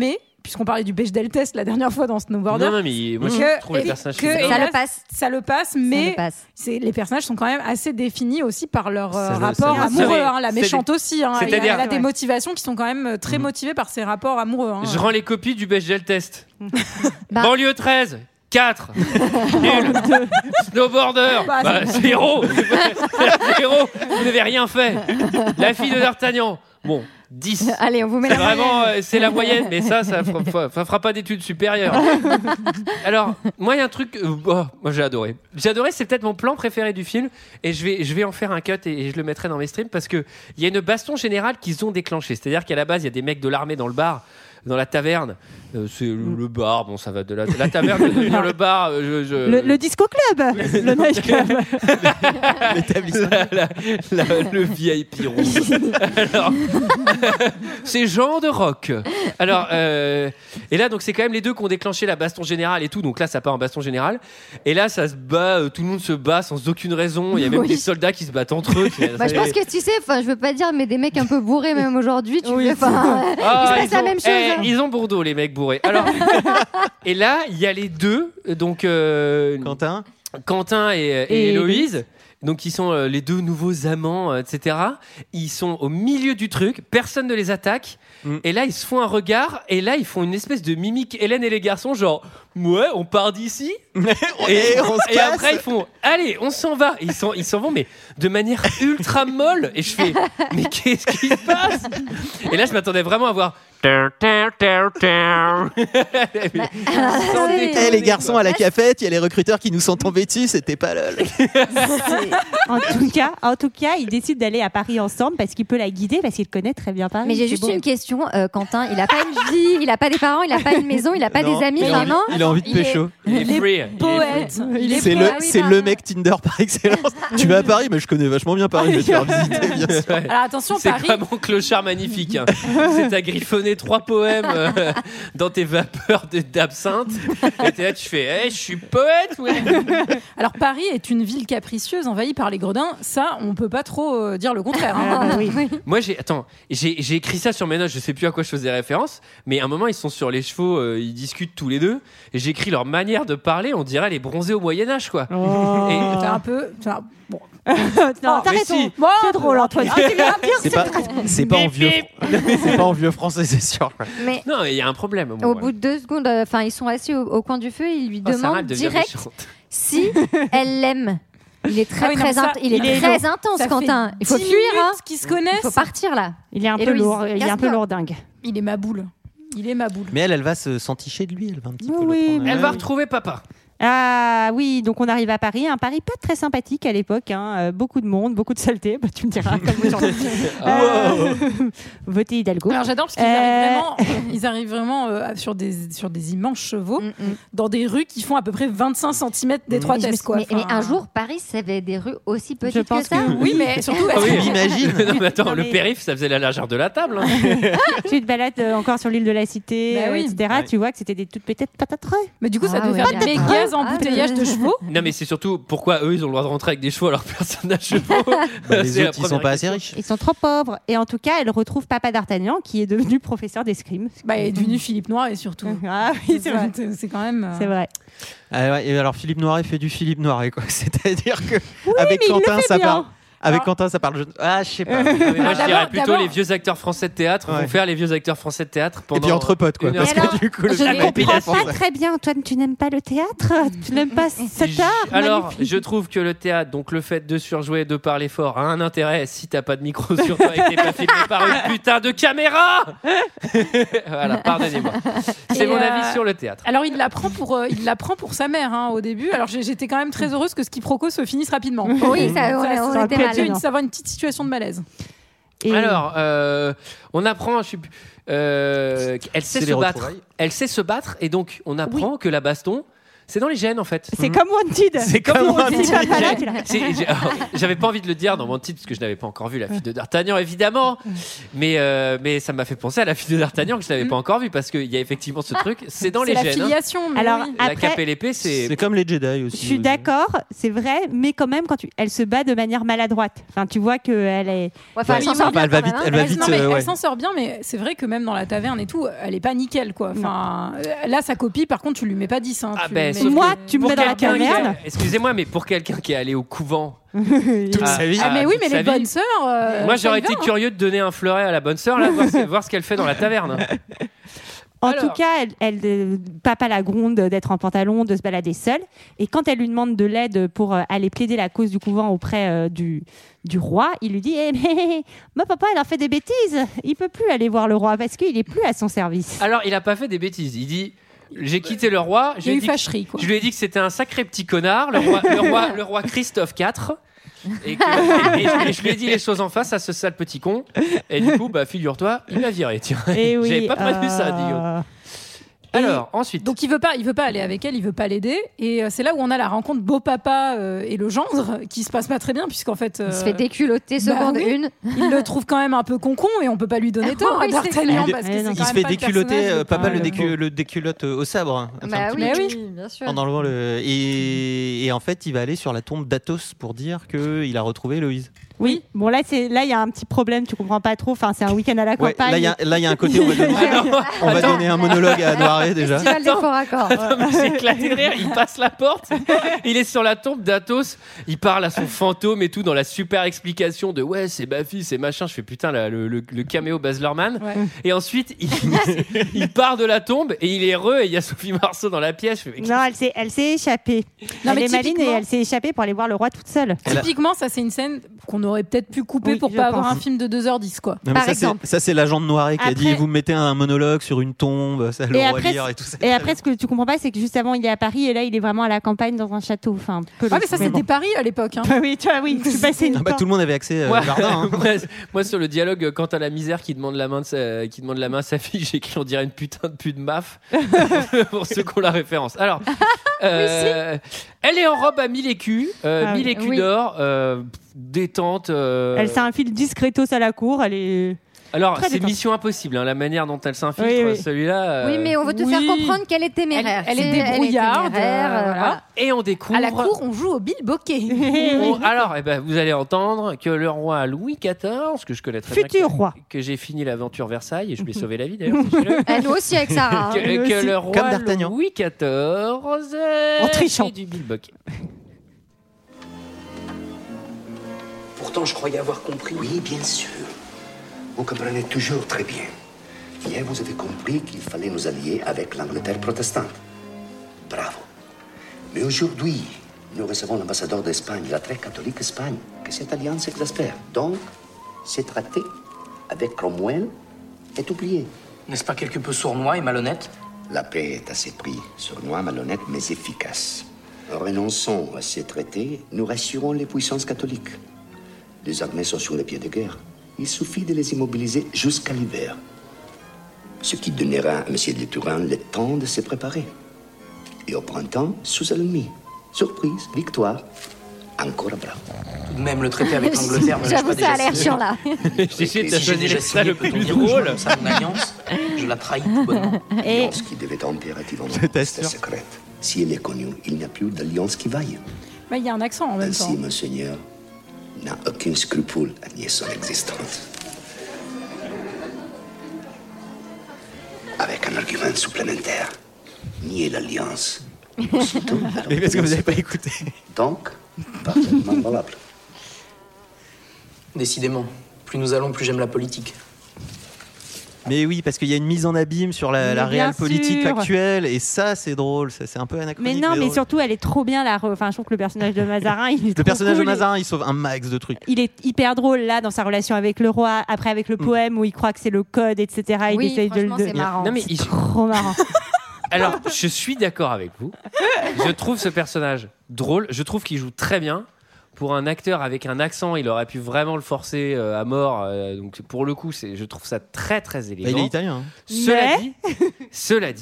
puisqu'on parlait du Bechdel test la dernière fois dans Snowboarder. Non, non, mais moi, que, je trouve les et- personnages que- féminins. Ça et le passe. Ça le passe, mais le passe. c'est, les personnages sont quand même assez définis aussi par leur euh, Ça le- rapport ça le- amoureux. c'est- hein, la c'est- méchante aussi. Hein, elle, c'est-à-dire- elle a des Ouais. motivations qui sont quand même euh, très Mhm. motivées par ses rapports amoureux. hein. Je rends les copies du Bechdel test. Bah. Banlieue treize, quatre. Nul. Snowboarder, Bah, bah, zéro. Zéro. Vous n'avez rien fait. La fille de D'Artagnan, bon, dix. Allez, on vous met C'est la moyenne. vraiment, euh, c'est la moyenne, mais ça, ça fera, ça fera pas d'études supérieures. Alors, moi, il y a un truc, euh, oh, moi j'ai adoré. J'ai adoré, c'est peut-être mon plan préféré du film, et je vais, je vais en faire un cut et, et je le mettrai dans mes streams parce que il y a une baston générale qu'ils ont déclenchée. C'est-à-dire qu'à la base, il y a des mecs de l'armée dans le bar. Dans la taverne, euh, c'est le, le bar, bon ça va de la, la taverne va devenir le bar. euh, je, je- Le, le disco club, le night club. L'établissement. La- la- la- le V I P room. Alors, c'est Jean de rock. Alors, euh, et là, donc, c'est quand même les deux qui ont déclenché la baston générale et tout. Donc là, ça part en baston générale. Et là, ça se bat, euh, tout le monde se bat sans aucune raison. Il y a même Oui. des soldats qui se battent entre eux. Bah, je pense que tu sais, enfin, je veux pas dire, mais des mecs un peu bourrés même aujourd'hui, tu Oui, veux, enfin, Ah, il se passe la ont, même chose. eh, hein. ils ont Bordeaux, les mecs bourrés. Alors, et là, il y a les deux, donc euh, Quentin. Quentin et, et Et Héloïse. Donc, ils sont euh, les deux nouveaux amants, euh, et cetera. Ils sont au milieu du truc, personne ne les attaque. Mm. Et là, ils se font un regard, et là, ils font une espèce de mimique Hélène et les garçons, genre, ouais, on part d'ici. Et on se et casse. après, ils font, allez, on s'en va. Et ils s'en, ils s'en vont, mais de manière ultra molle. Et je fais, mais qu'est-ce qui se passe? Et là, je m'attendais vraiment à voir. Sans c'est- déconner, Eh les garçons quoi. à la cafette, il y a les recruteurs qui nous sont tombés dessus, c'était pas lol. En tout cas, en tout cas, ils décident d'aller à Paris ensemble parce qu'il peut la guider, parce qu'il connaît très bien Paris. Mais j'ai C'est juste beau. une question, euh, Quentin. Il a pas une vie, il a pas des parents, il a pas une maison, il a pas Non, des amis, il a envie- vraiment. Il a envie de Il est- pécho. Il est free. Il est Poète. free. Il est C'est poète. le, Ah oui, c'est pardon. le mec Tinder par excellence. Tu vas à Paris, mais je connais vachement bien Paris, je vais te faire visiter, bien sûr. Ouais. Alors attention, C'est Paris. vraiment clochard magnifique. Hein. C'est à griffonner trois poèmes euh, dans tes vapeurs de- d'absinthe. Et t'es là, tu fais, hey, je suis poète. Ouais. Alors Paris est une ville capricieuse envahie par les gredins. Ça, on peut pas trop euh, dire le contraire. hein. Ah, bah oui. Moi, j'ai attends, j'ai j'ai écrit ça sur mes notes. Je sais plus à quoi je faisais référence, mais à un moment, ils sont sur les chevaux, euh, ils discutent tous les deux. Et j'ai écrit leur manière de parler. On dirait les bronzés au Moyen Âge, quoi. Oh. Et- C'est un peu. enfin, bon. non, Oh, t'as mais raison. si. Bon, C'est drôle, Antoine. Ah, tu viens de dire, C'est pas, c'est pas en vieux, c'est pas en vieux français, c'est sûr. quoi. Mais Non, il y a un problème. au bout de deux secondes, euh, enfin, ils sont assis au, au coin du feu, il lui Oh, Sarah, demande elle devient direct méchante. si elle l'aime. Il est très Ah oui, non, très, ça, int- il est il est très lourd. intense, Ça Quentin. fait Il faut dix fuir, hein. minutes qu'ils se connaissent. Il faut partir là. Il est un peu Héloïse, lourd, il est un peu casse-toi. lourdingue. Il est ma boule. Il est ma boule. Mais elle, elle va se s'enticher de lui, elle va un petit peu. Oui, le prendre. mais Elle va Ouais. retrouver papa. Ah oui, donc on arrive à Paris, un Paris pas très sympathique à l'époque, hein. Euh, beaucoup de monde, beaucoup de saleté, bah, tu me diras comme aujourd'hui. Euh, Votez Hidalgo. Alors j'adore parce qu'ils Euh. arrivent vraiment, ils arrivent vraiment euh, sur, des, sur des immenses chevaux, Mm, mm. dans des rues qui font à peu près vingt-cinq centimètres Mais, je me d'étroitesse. suis- quoi. mais- mais Enfin, un jour, Paris, ça avait des rues aussi petites Je pense que ça. que Oui, mais surtout. Ah oui. est-ce que- Tu l'imagines Non, mais attends, Non, le mais- périph', ça faisait la largeur de la table. hein. Tu te balades euh, encore sur l'île de la Cité, Bah euh, oui. et cetera. Ouais. Tu vois que c'était des toutes petites patates. Mais du coup, ça Ah devait ouais. faire des méga Ah, embouteillages de- de chevaux. Non, mais c'est surtout pourquoi eux, ils ont le droit de rentrer avec des chevaux alors que personne n'a de chevaux. Bah, C'est Les la autres, ils sont première pas assez question. riches. Ils sont trop pauvres. Et en tout cas, elle retrouve Papa d'Artagnan, qui est devenu professeur d'escrime. Bah, il est devenu Philippe Noir et surtout. Ah oui, c'est vrai. C'est c'est quand même. euh, C'est vrai. Ah ouais, et alors Philippe Noiret fait du Philippe Noiret, quoi. C'est-à-dire que Oui, avec mais il le Quentin, fait ça bien. parle. Avec Alors- Quentin, ça parle. Ah, je sais pas. Ah, mais moi, je D'abord- dirais plutôt d'abord- les vieux acteurs français de théâtre Ouais. vont faire les vieux acteurs français de théâtre pendant. Et puis entre potes, quoi. une Parce heure. Et alors, que du coup, le je film ne est comprends payé. pas très bien, Antoine. Tu n'aimes pas le théâtre? Tu n'aimes pas cet art Alors, magnifique. je trouve que le théâtre, donc le fait de surjouer, de parler fort, a un intérêt si t'as pas de micro sur toi et que t'es pas filmé par une putain de caméra. Voilà, pardonnez-moi. C'est Et mon euh, avis sur le théâtre. Alors il la prend pour, euh, il la prend pour sa mère hein, au début. Alors j'ai- j'étais quand même très heureuse que ce quiproquo se finisse rapidement. Oui, ça, on, Ça, on ça était aurait mal. pu une- ça va une petite situation de malaise. Et- Alors, euh, on apprend, je sais plus, euh, elle sait C'est se les battre. retrouvailles. Elle sait se battre et donc on apprend que la baston, C'est dans les gènes en fait. C'est comme Wanted. C'est comme comme Wanted. Wanted. Voilà, tu l'as. C'est- j'ai- alors, J'avais pas envie de le dire dans Wanted parce que je n'avais pas encore vu la fille de D'Artagnan évidemment, mais euh, mais ça m'a fait penser à la fille de D'Artagnan que je n'avais pas encore vue parce qu'il y a effectivement ce truc. C'est dans C'est les la gènes. hein. filiation. mais Alors, oui. La après- cape et l'épée, c'est. C'est comme les Jedi aussi. Je suis d'accord, c'est vrai, mais quand même, quand tu... elle se bat de manière maladroite. Enfin, tu vois qu'elle est. Ouais, enfin, Ouais, elle s'en oui, sort bah, bien elle va quand même, vite- hein. elle va Elle- vite, non, mais euh, ouais. elle s'en sort bien, mais c'est vrai que même dans la taverne et tout, elle est pas nickel, quoi. Enfin, euh, là, sa copie, par contre, tu lui mets pas dix. Hein, Ah tu ben, lui mets- sauf Moi, que tu me pour mets dans la quelqu'un qui a- taverne. Excusez-moi, mais pour quelqu'un qui est allé au couvent. Toute à- sa vie. Ah, mais à oui, toute mais sa les vie, bonnes sœurs. euh, Moi, ça j'aurais y va, été hein. curieux de donner un fleuret à la bonne sœur, là, voir, ce- voir ce qu'elle fait dans la taverne. En Alors. tout cas, elle, elle, euh, papa la gronde d'être en pantalon, de se balader seule. Et quand elle lui demande de l'aide pour euh, aller plaider la cause du couvent auprès euh, du, du roi, il lui dit eh, mais, ma papa, elle a fait des bêtises. Il peut plus aller voir le roi parce qu'il est plus à son service. Alors, il a pas fait des bêtises. Il dit j'ai quitté le roi. Il Je y a lui ai eu dit que- fâcherie, quoi. je lui ai dit que c'était un sacré petit connard, le roi, le roi, le roi Christophe quatre. Et, que- et je, et je lui ai dit les choses en face à ce sale petit con. Et du coup, bah, figure-toi, il m'a viré. Tiens. Et oui, J'avais pas prévu ça, euh, Guillaume. Alors, ensuite. Donc il veut pas, il veut pas aller avec elle, il veut pas l'aider, et euh, c'est là où on a la rencontre beau papa euh, et le gendre qui se passe pas très bien puisqu'en fait Il se euh, fait déculotter bah seconde oui. une. il le trouve quand même un peu concon et on peut pas lui donner tort Oui, à c'est D'Artagnan clair. parce que Il- c'est quand Il même se fait pas le déculotter, personnage euh, le papa plus- le, décu- le déculotte euh, au sabre. hein. Enfin, Ah un petit Mais peu. oui. bien sûr. En enlevant le... et, et en fait, il va aller sur la tombe d'Athos pour dire qu'il a retrouvé Héloïse. Oui, bon là c'est là il y a un petit problème, tu comprends pas trop. Enfin c'est un week-end à la Ouais, campagne. là, il y a- là, il y a un côté, on va donner, Ah non, on va attends. donner un monologue à Noiret déjà. Festival des faux raccords. Attends, mais j'ai éclaté de rire. Il passe la porte, il est sur la tombe d'Athos, il parle à son fantôme et tout dans la super explication de ouais, c'est ma fille, c'est machin. Je fais putain, là, le, le, le caméo Baz Luhrmann. Ouais. Et ensuite, il, il part de la tombe et il est heureux et il y a Sophie Marceau dans la pièce. Je fais, mais Non, elle s'est elle s'est échappée. Non, elle mais est maline et typiquement- elle s'est échappée pour aller voir le roi toute seule. Elle a- Typiquement, ça c'est une scène qu'on aurait peut-être pu couper Oui, pour je pas avoir pense. un film de deux heures dix quoi. Non, mais Par ça, c'est- exemple. ça, c'est l'agent de Noiret qui a Après- dit vous me mettez un monologue sur une tombe, ça le Et après, relire et tout ça. Et après, ce que tu comprends pas, c'est que juste avant, il est à Paris et là, il est vraiment à la campagne dans un château. Enfin, peu Ah mais ça c'était bon. Paris à l'époque. Hein. Bah oui, tu vois, oui, tu passais une Ah bah, tout le monde avait accès euh, Moi, au jardin. hein. moi, moi, sur le dialogue quant à la misère qui demande la main de sa, qui demande la main à sa fille, j'ai écrit on dirait une putain de pute de maf pour ceux qui ont la référence. Alors, euh, elle est en robe à mille écus, euh, Ah oui. mille écus Oui. d'or, euh, détente. euh, Elle s'infile discretos à la cour, elle est. Alors, très c'est détente. mission impossible, hein, la manière dont elle s'infiltre, Oui, oui. celui-là. euh, Oui, mais on veut te oui. faire comprendre qu'elle est téméraire. Elle- elle est C'est- débrouillarde, téméraire, euh, euh, voilà. voilà. Et on découvre. À la cour, on joue au bilboquet. on- alors, eh ben, vous allez entendre que le roi Louis quatorze, que je connais très Futur bien, roi. que, que j'ai fini l'aventure Versailles et je lui ai sauvé la vie d'ailleurs. sachez-le. Eh, nous aussi avec Sarah. hein. que, Lui que aussi. le Comme roi D'Artagnan. Louis quatorze euh, En trichant. fait du bilboquet. Pourtant, je croyais avoir compris. Oui, bien sûr. Vous comprenez toujours très bien. Hier, vous avez compris qu'il fallait nous allier avec l'Angleterre protestante. Bravo. Mais aujourd'hui, nous recevons l'ambassadeur d'Espagne, la très catholique Espagne, que cette alliance exaspère. Donc, ce traité avec Cromwell est oublié. N'est-ce pas quelque peu sournois et malhonnête? La paix est à ses prix, sournois, malhonnête, mais efficace. Renonçons à ces traités, nous rassurons les puissances catholiques. Les armées sont sur les pieds de guerre. Il suffit de les immobiliser jusqu'à l'hiver. Ce qui donnera à M. de Turenne le temps de se préparer. Et au printemps, sous l'ennemi. Surprise, victoire. Encore un bravo. Tout de même, le traité avec l'Angleterre ne lâche J'avoue, pas ça déjà a l'air signé. chiant là. J'essaie de Si j'ai choisir déjà ça signé, le peut-on plus dire que je drôle. renonce à mon alliance? Je la trahis tout bonnement. Et L'alliance qui devait impérativement Je rester t'assure. secrète. Si elle est connue, il n'y a plus d'alliance qui vaille. Bah, il y a un accent en même Ainsi, temps. Monseigneur n'a aucun scrupule à nier son existence. Avec un argument supplémentaire, nier l'alliance. Aussitôt, Mais parce que vous n'avez pas écouté. donc, parfaitement valable. Décidément, plus nous allons, plus j'aime la politique. Mais oui, parce qu'il y a une mise en abîme sur la, Mais la bien réelle politique sûr. actuelle, et ça, c'est drôle. Ça, c'est un peu mais anachronique. non, mais drôle. surtout, elle est trop bien là. Enfin, je trouve que le personnage de Mazarin, il est Le trop personnage cool. de Mazarin, il sauve un max de trucs. Il est hyper drôle là dans sa relation avec le roi. Après, avec le poème où il croit que c'est le code, et cetera. Il Oui, essaye de le. franchement, c'est marrant. Non, mais il- Trop marrant. Alors, je suis d'accord avec vous. Je trouve ce personnage drôle. Je trouve qu'il joue très bien. Pour un acteur avec un accent, il aurait pu vraiment le forcer euh, à mort. euh, donc, pour le coup, c'est, je trouve ça très, très Bah, élégant. il est italien. hein. Cela Mais- dit, cela dit,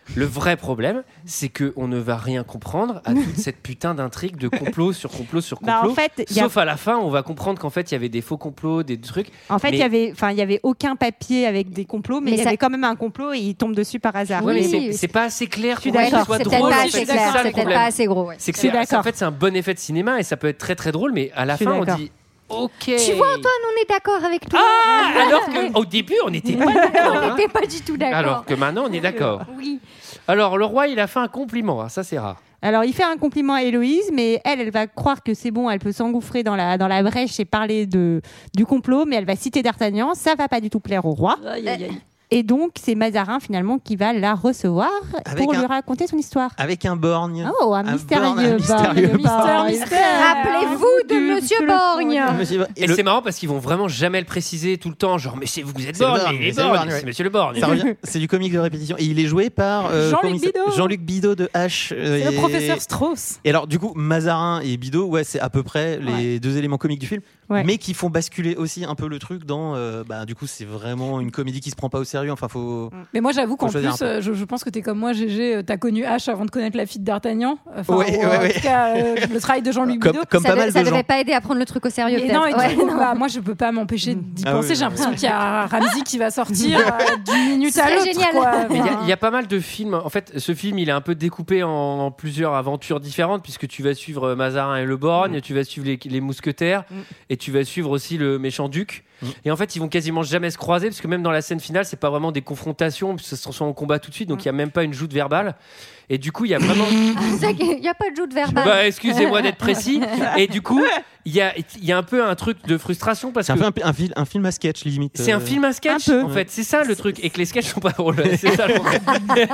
Le vrai problème, c'est qu'on ne va rien comprendre à toute cette putain d'intrigue de complot sur complot sur complot. Bah, en fait, y a- Sauf à la fin, on va comprendre qu'en fait, il y avait des faux complots, des trucs. En fait, il mais... y avait, enfin, il y avait aucun papier avec des complots, mais, Mais il y ça- avait quand même un complot et il tombe dessus par hasard. Ouais, mais Oui, c'est, oui, c'est pas assez clair suis pour que ce d'accord. soit C'est drôle. peut-être pas en fait. assez C'est clair, ça, le c'est peut-être problème. pas assez gros. Ouais. C'est que Je suis c'est, d'accord. en fait, c'est un bon effet de cinéma et ça peut être très très drôle, mais à la Je suis fin, on d'accord. dit OK. Tu vois, Antoine, on est d'accord avec toi. Ah, alors qu'au début, on n'était pas d'accord. on hein. n'était pas du tout d'accord. Alors que maintenant, on est d'accord. Oui. Alors, le roi, il a fait un compliment. hein, Ça, c'est rare. Alors, il fait un compliment à Héloïse, mais elle, elle va croire que c'est bon, elle peut s'engouffrer dans la, dans la brèche et parler de, du complot, mais elle va citer D'Artagnan. Ça va pas du tout plaire au roi. Aïe, aïe, aïe. Et donc, c'est Mazarin, finalement, qui va la recevoir Avec pour un- lui raconter son histoire. Avec un borgne. Oh, un Un mystérieux borgne, un borgne. mystérieux Borgne. mystère. Rappelez-vous de Monsieur Borgne. Monsieur- Et le- c'est marrant parce qu'ils vont vraiment jamais le préciser tout le temps. Genre, mais c'est vous, vous êtes C'est le Borgne, Borgne, il est c'est le Borgne, Borgne, ouais. c'est Monsieur le Borgne. Ça revient- c'est du comique de répétition. Et il est joué par euh, Jean-Luc comment il s'appelle Bidot. Jean-Luc Bidot de H. euh, C'est le et- professeur Strauss. Et alors, du coup, Mazarin et Bidot, ouais, c'est à peu près les deux éléments comiques du film, Ouais. mais qui font basculer aussi un peu le truc dans. euh, bah, du coup, c'est vraiment une comédie qui se prend pas au sérieux. Enfin, faut. Mais moi, j'avoue qu'en Faut choisir plus, un peu. euh, je, je pense que t'es comme moi, G G. euh, T'as connu H avant de connaître la fille de D'Artagnan. Enfin, Ouais, ou, ouais, en ouais. tout cas, euh, le travail de Jean-Luc Comme, Bidot. comme Ça, pas de- mal ça de gens. devait pas aider à prendre le truc au sérieux, Et peut-être. non, et du Ouais, coup, non. bah, moi, je peux pas m'empêcher d'y Ah penser. oui, J'ai l'impression qu'il y a Ramsey qui va sortir euh, d'une minute Ce à serait l'autre. génial. quoi. Mais il y a- Enfin, il y, a pas mal de films. En fait, ce film, il est un peu découpé en, en plusieurs aventures différentes, puisque tu vas suivre euh, Mazarin et le Borgne, tu vas suivre les, les mousquetaires, et tu vas suivre aussi le méchant duc. Mm. Et en fait, ils vont quasiment jamais se croiser, parce que même dans la scène finale, c'est pas vraiment des confrontations, puisque ça se transforme en combat tout de suite, donc il y a même pas une joute verbale. Et du coup, il y a vraiment. Il n'y a pas de joute verbale. Bah, excusez-moi d'être précis. Et du coup, il y a, il y a un peu un truc de frustration parce C'est un que. peu un, un, fil- un film à sketch, limite. C'est un euh. film à sketch, un peu. en fait. C'est ça le truc. Et que les sketchs sont pas drôles. C'est ça le problème.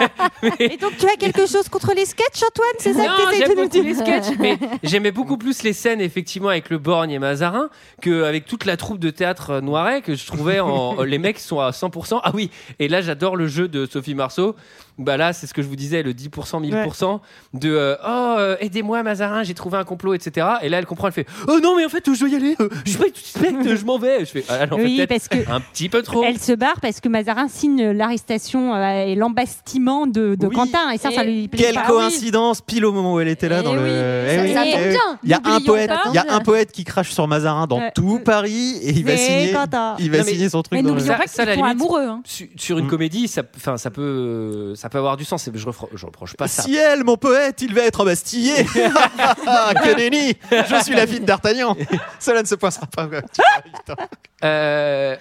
Et donc, tu as quelque chose contre les sketchs, Antoine? C'est ça Non, que tu j'aime essayes de nous beaucoup dire? les sketchs, mais j'aimais beaucoup plus les scènes effectivement avec le Borgne et Mazarin qu'avec toute la troupe de théâtre noiret que je trouvais en les mecs sont à cent pour cent. Ah oui, et là j'adore le jeu de Sophie Marceau. Bah là, c'est ce que je vous disais, le dix pour cent, mille pour cent de euh, oh euh, aidez-moi Mazarin, j'ai trouvé un complot, et cetera. Et là, elle comprend, elle fait oh non mais en fait je dois y aller, euh, je suis pas suspecte, je m'en vais. Je fais ah, elle en Oui, fait parce peut-être que un petit peu trop. Elle se barre parce que Mazarin signe l'arrestation euh, et l'embastillement de, de Oui. Quentin. Et ça, ça Et lui plaît Quelle pas. coïncidence, pile au moment où elle était là Eh dans le. oui, Eh ça- oui, ça eh tombe oui. bien. Il y a un N'oublions poète, pas. il y a un poète qui crache sur Mazarin dans Ouais. tout Paris et il va C'est signer. Quentin. Il va Non, mais- signer son truc Mais dans n'oublions le. pas Ça, à la qu'ils sont limite, amoureux. hein. Sur, sur une Mm. comédie, ça, enfin, ça peut, ça peut avoir du sens. Et Je, refro- je reproche pas ça. Ciel, mon poète, il va être embastillé. Que nenni. Je suis la fille de D'Artagnan. Cela ne se passera pas. Tu vois, putain. Euh,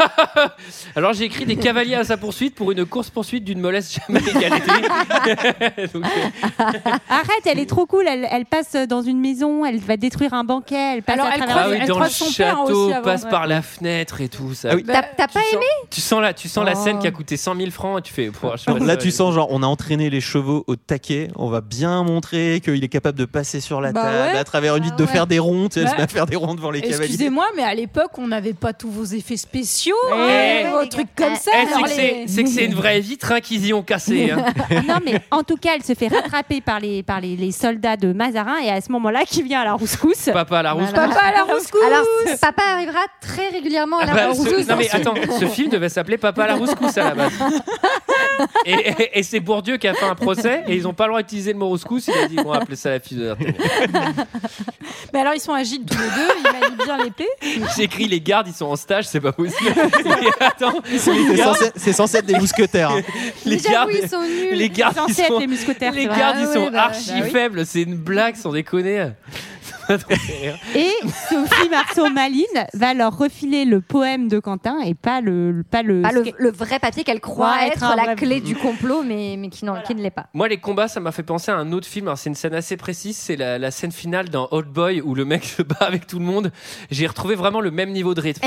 Alors j'ai écrit des cavaliers à sa poursuite pour une course poursuite d'une mollesse jamais égalée. Donc, euh, Arrête, elle est trop cool. Elle, elle passe dans une maison, elle va détruire un banquet, elle passe Alors, à elle travers. croise- ah oui, elle dans le croise son père château, aussi avant, passe ouais. par la fenêtre et tout ça. Ah oui. T'as t'as pas tu aimé sens, tu sens la, tu sens la Oh. scène qui a coûté cent mille francs et tu fais. Pouah, je sais pas, Là, ça- tu sens genre on a entraîné les chevaux au taquet. On va bien montrer qu'il est capable de passer sur la Bah table ouais. à travers une Ah vitre, de ouais. faire des rondes. Tu sais, Elle se Ouais. met à faire des rondes devant les cavaliers. Excusez-moi, mais à l'époque, on n'avait pas tous vos effets spéciaux, Eh, hein, vos les trucs gars. comme ça. Eh, c'est alors que c'est- les- c'est que c'est une vraie vitre hein, qu'ils y ont cassé. Hein. Non, mais en tout cas, elle se fait rattraper par les, par les, les soldats de Mazarin et à ce moment-là, qui vient à la rouscousse. Papa à la rousse. Voilà. Papa à la rouscousse. Alors, papa arrivera très régulièrement à la Ah bah, rouscousse. ce, non mais attends, ce film devait s'appeler Papa à la rouscousse à la base. Et, et- et c'est Bourdieu qui a fait un procès et ils ont pas le droit d'utiliser le mot rouscousse. Il a dit on va appeler ça la fille de D'Artagnan. Mais alors, ils sont agiles tous les deux, ils manient bien l'épée. J'ai écrit les gardes, ils sont en stage, c'est pas possible. Et attends, C'est les gardes, censé, c'est censé être des mousquetaires. hein. les J'avoue, gardes, ils sont nuls. les gardes, ils Censé être sont, les mousquetaires. les c'est vrai. gardes, Ah ils ouais, sont bah, archi bah oui. faibles. C'est une blague, sans déconner. Ça m'a trop fait rire. Et Sophie Marceau-Maline va leur refiler le poème de Quentin et pas le, pas le. Pas le, le vrai papier qu'elle croit Ouais, être être un la vrai- clé du complot, mais, mais qui, n'en- qui ne l'est pas. Moi, les combats, ça m'a fait penser à un autre film. Alors, c'est une scène assez précise. C'est la, la scène finale dans Old Boy où le mec se bat avec tout le monde. J'ai retrouvé vraiment le même niveau de rythme.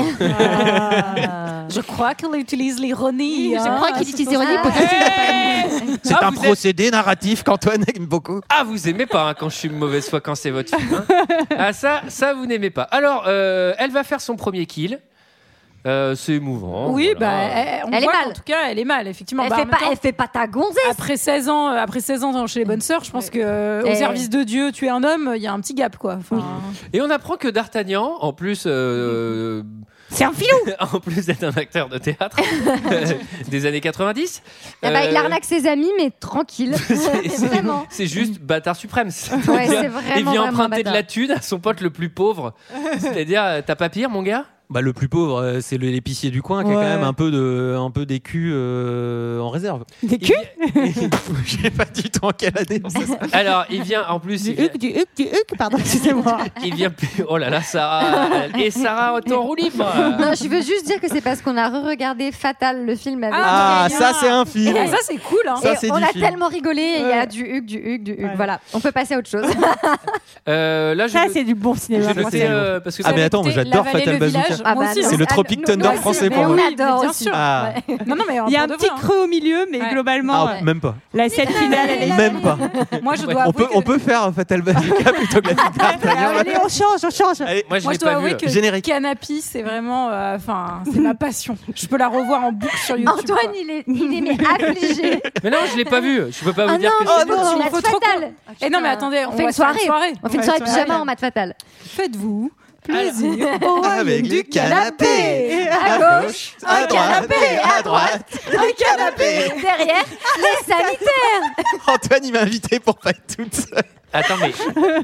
Je crois qu'il utilise l'ironie. Je hein. crois qu'il utilise l'ironie. Ah. Peut-être qu'il a pas- C'est Ah, un vous êtes- procédé narratif qu'Antoine aime beaucoup. Ah, vous aimez pas hein, quand je suis mauvaise foi quand c'est votre film. Hein. Ah, ça, ça, vous n'aimez pas. Alors, euh, elle va faire son premier kill. Euh, c'est émouvant. Oui, voilà. bah, elle, on Elle est voit mal. qu'en tout cas, elle est mal, effectivement. Elle, Bah, en fait même pas, temps, elle fait pas ta gonzesse. après seize ans, euh, après seize ans chez les bonnes sœurs, je pense que euh, au Eh. service de Dieu, tuer un homme, il y a un petit gap, quoi. Enfin, Et on apprend que D'Artagnan, en plus, euh, C'est un filou. En plus d'être un acteur de théâtre des années quatre-vingt-dix. Ah bah, il euh, arnaque ses amis, mais tranquille. c'est, c'est- Vraiment. c'est juste bâtard suprême. Ouais, c'est vraiment, Il vient vraiment emprunter de bâtard. la thune à son pote le plus pauvre. C'est-à-dire, euh, t'as pas pire, mon gars? Bah, le plus pauvre, euh, c'est le- l'épicier du coin qui a Ouais. quand même un peu de, un peu d'écu euh, en réserve. Des culs. Je sais pas du tout en quelle année on sait ça. Alors, il vient en plus. Du Il vient, huc, du huc, du huc, pardon, excusez-moi. il vient plus. Oh là là, Sarah. Et Sarah, autant roue libre. Non, je veux juste dire que c'est parce qu'on a re-regardé Fatal, le film avec. Ah, bien. ça c'est un film. Et ça, c'est cool. Hein. Ça, Et c'est on du a film. tellement rigolé, et il y a Ouais. du huc, du huc, du huc. Ouais. Voilà, on peut passer à autre chose. Euh, là, je Ça, vais- c'est du bon j'ai cinéma noté, français. euh, parce que Ah, ça- mais attends, moi, Écoutez, j'adore La Vallée, Fatal le Bazooka. village, Ah moi bah aussi, non. C'est le Ah, Tropic nous- Thunder moi aussi, français mais pour oui, moi. On adore bien aussi. sûr. Ah. Ouais. Non, non, mais Il y a un pour de petit vrai, hein. creux au milieu, mais Ouais. globalement, Ah, euh, même pas. la scène finale, elle est. Même pas. Moi, je Ouais. dois On avouer peut, on que- peut faire Fatal Bazooka plutôt que la petite D'Artagnan. Allez, on change, on change. Allez, Moi, je Moi, l'ai je dois pas avouer vu. que Générique. Canapi, c'est vraiment, euh, enfin, c'est ma passion. Je peux la revoir en boucle sur YouTube. Antoine, quoi. il est, il est mais affligé. Mais non, je l'ai pas vu. Je peux pas vous Ah dire non, que oh c'est non, bon. il Mat faut trop Fatal. Eh non, mais attendez, on on fait va une faire une soirée. soirée. On fait une Ouais, soirée soirée. pyjama en mat fatal. Faites-vous plaisir. Avec du canapé. À gauche, à droite, à droite. un canapé. Derrière, les sanitaires. Antoine, il m'a invité pour pas être toute seule. Attends, mais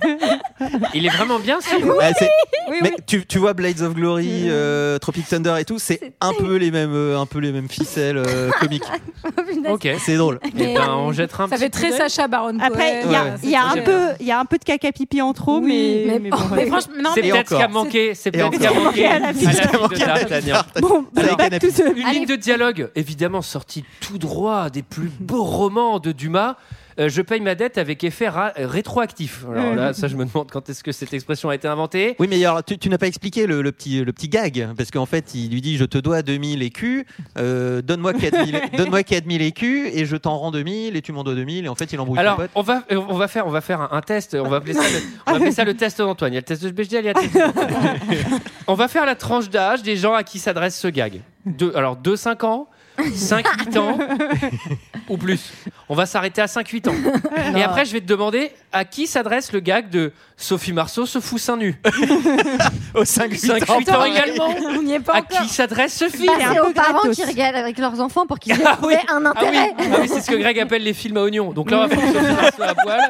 il est vraiment bien ce film. Ah, c'est- Oui, mais oui. tu, tu vois Blades of Glory, euh, Tropic Thunder et tout, c'est un peu les mêmes, euh, un peu les mêmes ficelles euh, comiques. Ok. C'est drôle. Eh ben, on jettera un Ça petit fait coup très d'œil. Sacha Baron Cohen. Après, il y a, Ouais, il y a c'est un très peu, il y a un peu de caca pipi en trop, Oui, mais, mais, mais bon, bon. mais franchement, non, C'est mais peut-être ce qui a encore. manqué. C'est Et peut-être ce qui a encore. manqué à À la la fille fille de de D'Artagnan. Bon, Avec c'est pas Canapi. tout ce- Une ligne de dialogue, évidemment sortie tout droit des plus beaux romans de Dumas. Euh, je paye ma dette avec effet ra- rétroactif. Alors là, ça, je me demande quand est-ce que cette expression a été inventée. Oui, mais alors, tu, tu n'as pas expliqué le, le petit, le petit gag, parce qu'en fait, il lui dit, je te dois deux mille écus, euh, donne-moi quatre mille, donne-moi quatre mille écus, et je t'en rends deux mille, et tu m'en dois deux mille, et en fait, il embrouille Alors, son pote. on va, euh, on va faire, on va faire un, un test. On va appeler ça le, on va appeler ça le test d'Antoine. Il y a le test de Bechdel, il y a le test d'Antoine. On va faire la tranche d'âge des gens à qui s'adresse ce gag. De, alors, deux cinq ans, cinq huit ans ou plus. On va s'arrêter à cinq huit ans. Et après, je vais te demander à qui s'adresse le gag de Sophie Marceau se fout seins nus. Au cinq huit cinq ans, huit ans également. on n'y est pas À encore. qui s'adresse ce film Bah, un c'est peu aux parents gratos. qui regardent avec leurs enfants pour qu'ils aient Ah trouvé oui. un Ah oui, intérêt. ah oui, c'est ce que Greg appelle les films à oignons. Donc là, on va faire Sophie Marceau à poil.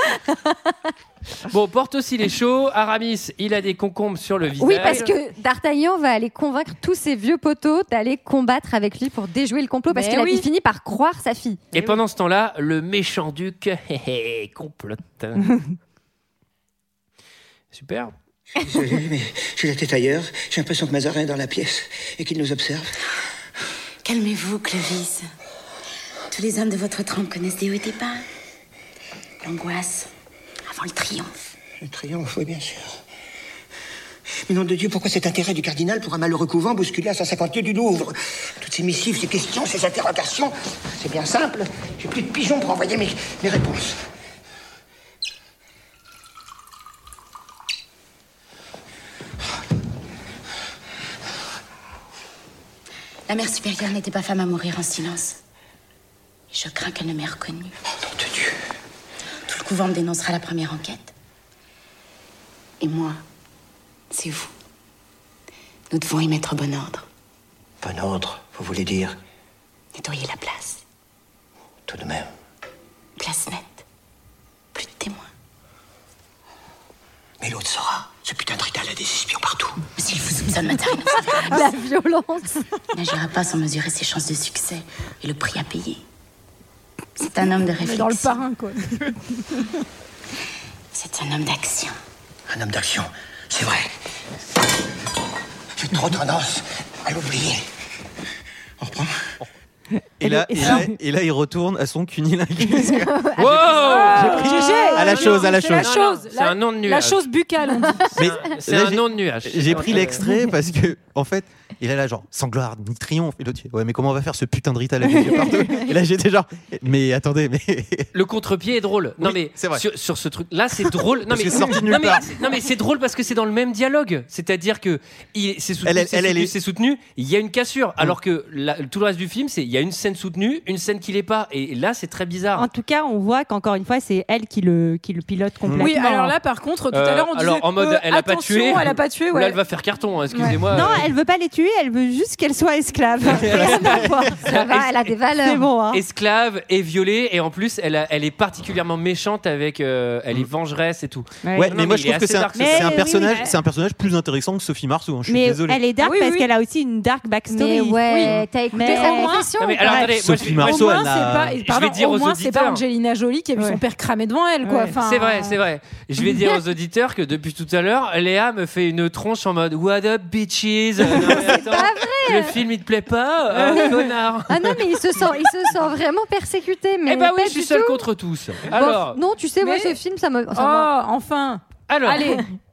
Bon, porte aussi les chauds. Aramis, il a des concombres sur le visage. Oui, parce que D'Artagnan va aller convaincre tous ses vieux poteaux d'aller combattre avec lui pour déjouer le complot, parce Mais qu'il oui. a fini par croire sa fille. Et pendant ce temps-là, le méchant duc hé, hé, complote. Super. Je suis désolé, mais j'ai la tête ailleurs. J'ai l'impression que Mazarin est dans la pièce et qu'il nous observe. Calmez-vous, Clovis. Tous les hommes de votre trempe connaissent des hauts et des bas. L'angoisse avant le triomphe. Le triomphe, oui, bien sûr. Mais nom de Dieu, pourquoi cet intérêt du cardinal pour un malheureux couvent bousculé à cent cinquante-deux du Louvre? Toutes ces missives, ces questions, ces interrogations, c'est bien simple. J'ai plus de pigeons pour envoyer mes, mes réponses. La mère supérieure n'était pas femme à mourir en silence. Et je crains qu'elle ne m'ait reconnue. Oh, nom de Dieu. Tout le couvent me dénoncera la première enquête. Et moi, c'est vous. Nous devons y mettre bon ordre. Bon ordre, vous voulez dire? Nettoyer la place. Tout de même. Place nette. Plus de témoins. Mais l'autre saura. Ce putain de Rital a des espions partout. Mais s'il vous soupçonne Mazarin, vous verrez. La violence. Il n'agira pas sans mesurer ses chances de succès et le prix à payer. C'est un homme de On est réflexion. dans le parrain, quoi. C'est un homme d'action. Un homme d'action, c'est vrai. J'ai trop tendance à l'oublier. On reprend? Et là, et, là, et là, il retourne à son cunilingus. Wow. Ah, pris- G G. à la chose, à la C'est la chose. Non, non, chose. c'est un nom de La nuage. chose buccale, on dit. Mais C'est là, un j'ai- nom de nuage. J'ai pris Euh, l'extrait parce que, en fait, il est là, genre, sans gloire ni triomphe. Et l'autre, il dit, ouais, mais comment on va faire ce putain de Rital avec les yeux partout? Et là, j'étais genre, mais attendez, mais. Le contre-pied est drôle. Non Oui, mais c'est vrai. Sur, sur ce truc là c'est drôle. Non Parce mais que c'est sorti de nulle non, mais, part. non mais c'est drôle parce que c'est dans le même dialogue. C'est-à-dire que il c'est soutenu, Elle, elle, c'est elle, soutenu, elle est- c'est soutenu, il y a une cassure alors que la- tout le reste du film c'est il y a une scène scène soutenue, une scène qui l'est pas. Et là, c'est très bizarre. En tout cas, on voit qu'encore une fois, c'est elle qui le, qui le pilote complètement. Oui, alors là, par contre, tout à Euh, l'heure, on disait alors, en mode, euh, elle a pas attention, tué. elle a pas tué, ouais. Là, elle va faire carton, hein, excusez-moi. Non, Euh, elle veut pas les tuer, elle veut juste qu'elles soient esclaves. Ça va, elle a des valeurs. C'est bon, hein. Esclave et violée, et en plus, elle, a- elle est particulièrement méchante avec. euh, elle est vengeresse et tout. Ouais, Ouais. Non, mais moi il je est trouve que assez c'est un, dark, ce c'est film. un oui, personnage, oui. c'est un personnage plus intéressant que Sophie Marceau. hein, je suis Mais désolé. elle est dark Ah oui, parce oui. qu'elle a aussi une dark backstory. Mais ouais, t'as écouté Mais sa au moins- confession Non, mais ou alors, pas attendez, moi, Sophie je vais- Marceau, Au moins, elle a- c'est pas, Je vais pardon, dire au aux moins, c'est pas auditeurs. Angelina Jolie qui a vu Ouais. son père cramer devant elle, quoi. Ouais. Enfin, C'est vrai, c'est vrai. Je vais dire aux auditeurs que depuis tout à l'heure, Léa me fait une tronche en mode What up, bitches? Euh, non, mais attends, pas vrai. Le film, il te plaît pas? Euh, connard. Ah non, mais il se sent, il se sent vraiment persécuté. Mais Eh bah oui, pas je suis du seul tout. contre tous. Bon, Alors, non, tu sais, moi, Mais- ce film, ça me. ça Oh, m'a- enfin. alors, Allez.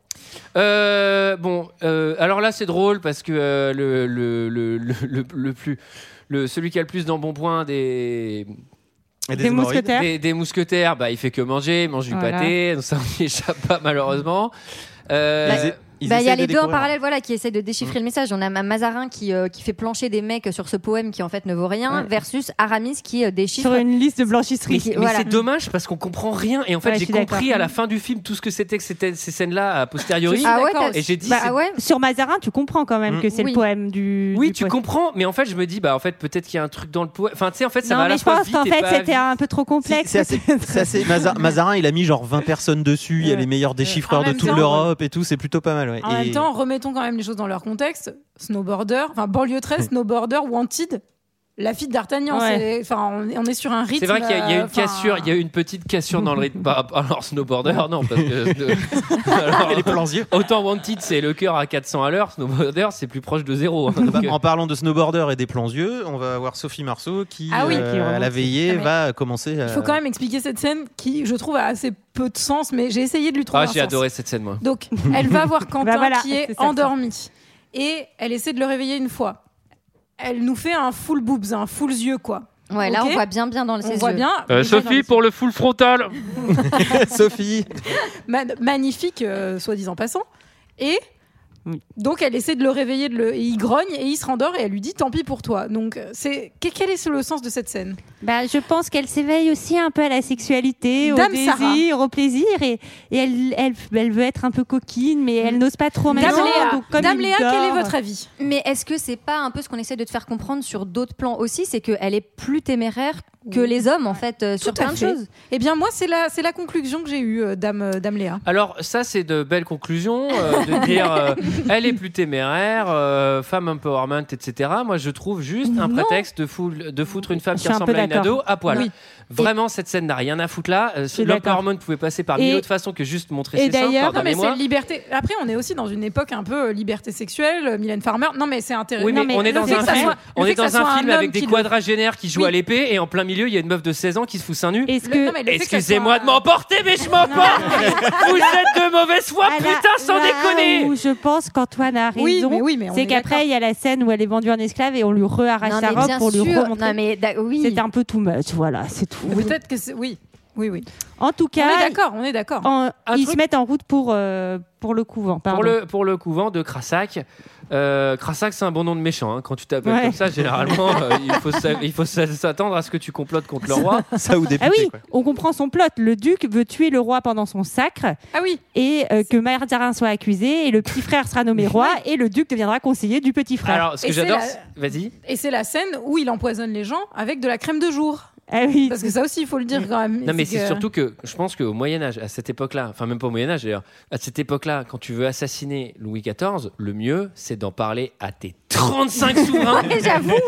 euh, bon, euh, alors là, c'est drôle parce que euh, le, le, le, le, le, le plus, le, celui qui a le plus d'embonpoint des. Et Des hémorroïdes. mousquetaires. Des, des mousquetaires, bah, il fait que manger, il mange du Voilà. pâté, donc ça on n'y échappe pas malheureusement. Euh, Bah, Ils Bah, il y a essayent de les deux en découvrir. parallèle, voilà, qui essayent de déchiffrer le message. On a Ma- Mazarin qui, euh, qui fait plancher des mecs sur ce poème qui en fait ne vaut rien, Ouais. versus Aramis qui euh, déchiffre. Sur une liste de mais blanchisserie. qui- mais voilà. c'est dommage parce qu'on comprend rien et en fait Ouais, je j'ai suis compris d'accord. à la fin du film tout ce que c'était que c'était ces scènes-là a posteriori. Ah ouais, D'accord. t'as- Et j'ai dit, bah c'est- ouais. Sur Mazarin, tu comprends quand même Mm. que c'est Oui. le poème du. Oui, du tu poème. comprends, mais en fait je me dis bah en fait peut-être qu'il y a un truc dans le poème. Enfin tu sais en fait ça Non, va à la mais je fois pense vite qu'en et fait, pas c'était vite. un peu trop complexe. C'est assez, c'est assez- Maza- Mazarin, il a mis genre vingt personnes dessus. Il y a Ouais. les meilleurs déchiffreurs En de même toute temps, l'Europe et tout. C'est plutôt pas mal. Ouais. En Et- même temps, remettons quand même les choses dans leur contexte. Snowboarder, enfin banlieue treize, snowboarder, wanted. La fille d'Artagnan, Ouais. c'est- enfin, on est- on est sur un rythme. C'est vrai qu'il y, a- il y a euh, une enfin, cassure, il y a une petite cassure dans le rythme. Par rapport- Alors snowboarder, non, parce que alors, Et les plans yeux. autant wanted c'est le cœur à quatre cents à l'heure, snowboarder c'est plus proche de zéro. hein. Donc, Bah, euh, en parlant de snowboarder et des plans yeux, on va voir Sophie Marceau qui, Ah oui, euh, qui à la remonte. veillée, Ah, mais- va commencer. À... Il faut quand même expliquer cette scène qui, je trouve, a assez peu de sens, mais j'ai essayé de lui trouver Ah, un j'ai sens. adoré cette scène moi. Donc, elle va voir Quentin Bah voilà, qui est c'est ça le endormi. Et elle essaie de le réveiller une fois. Elle nous fait un full boobs, un full yeux, quoi. Ouais, là, Ok. on voit bien, bien dans On ses voit yeux. bien. Euh, déjà dans Sophie les- pour le full frontal. Sophie. Ma- magnifique, euh, soit disant passant. Et Oui. donc, elle essaie de le réveiller, de le... et il grogne et il se rendort et elle lui dit tant pis pour toi. Donc, euh, c'est que- quel est le sens de cette scène? Bah, je pense qu'elle s'éveille aussi un peu à la sexualité, au Dame désir, au plaisir, et, et elle, elle, elle veut être un peu coquine, mais elle n'ose pas trop en même Dame temps, Léa, donc comme Dame il Léa, quel est dort- votre avis? Mais est-ce que c'est pas un peu ce qu'on essaie de te faire comprendre sur d'autres plans aussi, c'est qu'elle est plus téméraire que Oui. les hommes en fait euh, sur Tout à plein de fait. choses. Eh bien, moi, c'est la, c'est la conclusion que j'ai eue, euh, Dame, euh, Dame Léa. Alors ça c'est de belles conclusions euh, de dire euh, elle est plus téméraire, euh, femme empowerment, et cetera. Moi je trouve juste un Non. prétexte de, fou- de foutre une femme Je qui suis un ressemble peu à une ado d'accord. à poil. Oui. Vraiment cette scène n'a rien à foutre là. Euh, suis d'accord. L'empowerment pouvait passer par Et- mille autres façons que juste montrer et ses seins. d'ailleurs- Non, mais pardonnez-moi. c'est liberté. Après, on est aussi dans une époque un peu euh, liberté sexuelle, euh, Mylène Farmer. Non, mais c'est intéressant. Oui, mais, Non, mais on est le dans fait un que ça film, soit- on le est fait que dans ça soit un un film homme avec des qui le- quadragénaires qui jouent Oui. à l'épée et en plein milieu il y a une meuf de seize ans qui se fout seins nus. Est-ce Le- que non, mais le fait que ça Excusez-moi soit de m'emporter, mais je m'emporte. Vous êtes de mauvaise foi, à la- putain, sans là déconner. où je pense qu'Antoine a raison, Oui, mais oui, mais on c'est est qu'après d'accord. il y a la scène où elle est vendue en esclave et on lui re-arrache Non, sa mais robe bien pour lui sûr. remontrer. Non, mais da- oui. C'est un peu too much, voilà, c'est tout. Peut-être que c'est. Oui, oui, oui. En tout On cas, est d'accord, on est d'accord. en- Un ils truc- se mettent en route pour, euh, pour le couvent. Pardon. Pour le, pour le couvent de Crassac. Euh, Crassac, c'est un bon nom de méchant. hein. Quand tu t'appelles Ouais. comme ça, généralement, euh, il faut s'a- il faut s'a- s'attendre à ce que tu complotes contre le roi. Ça ou Ah député. oui, quoi. on comprend son plot. Le duc veut tuer le roi pendant son sacre Ah oui, et euh, que Mazarin soit accusé et le petit frère sera nommé roi et le duc deviendra conseiller du petit frère. Alors, ce que Et c'est j'adore, la- c'est- vas-y. et c'est la scène où il empoisonne les gens avec de la crème de jour. ah oui, Parce que ça aussi, il faut le dire quand même. Non, mais c'est que- surtout que je pense qu'au Moyen-Âge, à cette époque-là, enfin, même pas au Moyen-Âge d'ailleurs, à cette époque-là, quand tu veux assassiner Louis quatorze, le mieux, c'est d'en parler à tes trente-cinq souverains. J'avoue.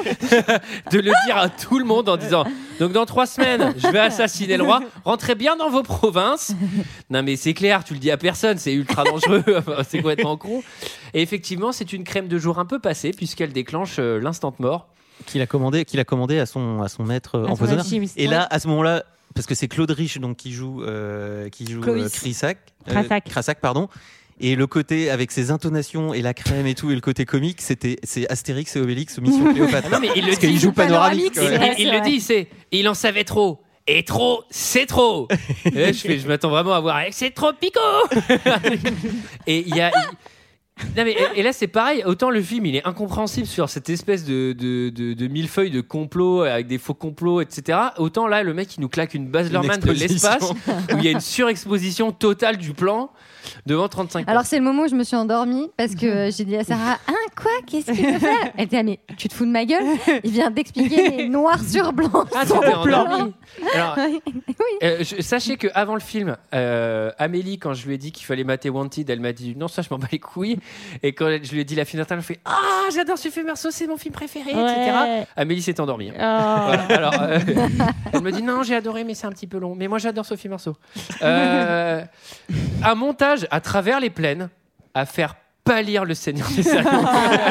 De le dire à tout le monde en disant donc dans trois semaines je vais assassiner le roi, rentrez bien dans vos provinces. Non mais c'est clair, tu le dis à personne, c'est ultra dangereux. Enfin, c'est complètement con. Et effectivement c'est une crème de jour un peu passée puisqu'elle déclenche euh, l'instant mort. Qu'il a commandé, qu'il a commandé à son à son maître euh, son empoisonneur. alchimiste. Et là, à ce moment-là, parce que c'est Claude Rich donc qui joue euh, qui joue Clovis. euh, Crassac, euh, Crassac. Crassac, pardon. Et le côté avec ses intonations et la crème et tout et le côté comique, c'était c'est Astérix et Obélix Mission Cléopâtre. Ah non mais il le Parce dit, qu'il joue panoramique. il, quoi. il- Ouais, il c'est le vrai. dit, c'est il en savait trop. Et trop, c'est trop. Et là, je fais, je m'attends vraiment à voir avec c'est trop picot. Et il y a, Non mais et, et là c'est pareil, autant le film il est incompréhensible sur cette espèce de, de, de, de millefeuille de complot avec des faux complots, et cetera. Autant là le mec il nous claque une Baz Luhrmann de l'espace où il y a une surexposition totale du plan devant trente-cinq personnes. Alors c'est le moment où je me suis endormie parce que j'ai dit à Sarah, hein quoi, qu'est-ce qu'il veut faire? Elle était, ah, mais tu te fous de ma gueule? Il vient d'expliquer les noirs sur blanc. Ah, tu t'es endormie. Alors, oui. euh, je, sachez que avant le film, euh, Amélie, quand je lui ai dit qu'il fallait mater Wanted, elle m'a dit non, ça je m'en bats les couilles. Et quand je lui ai dit la fin elle m'a fait ah, j'adore ce film Marceau, c'est mon film préféré, ouais. et cetera. Amélie s'est endormie. Oh. Voilà. Alors, euh, elle me dit non, j'ai adoré, mais c'est un petit peu long. Mais moi j'adore Sophie Marceau. Euh, un montage à travers les plaines à faire pâlir le Seigneur des Anneaux.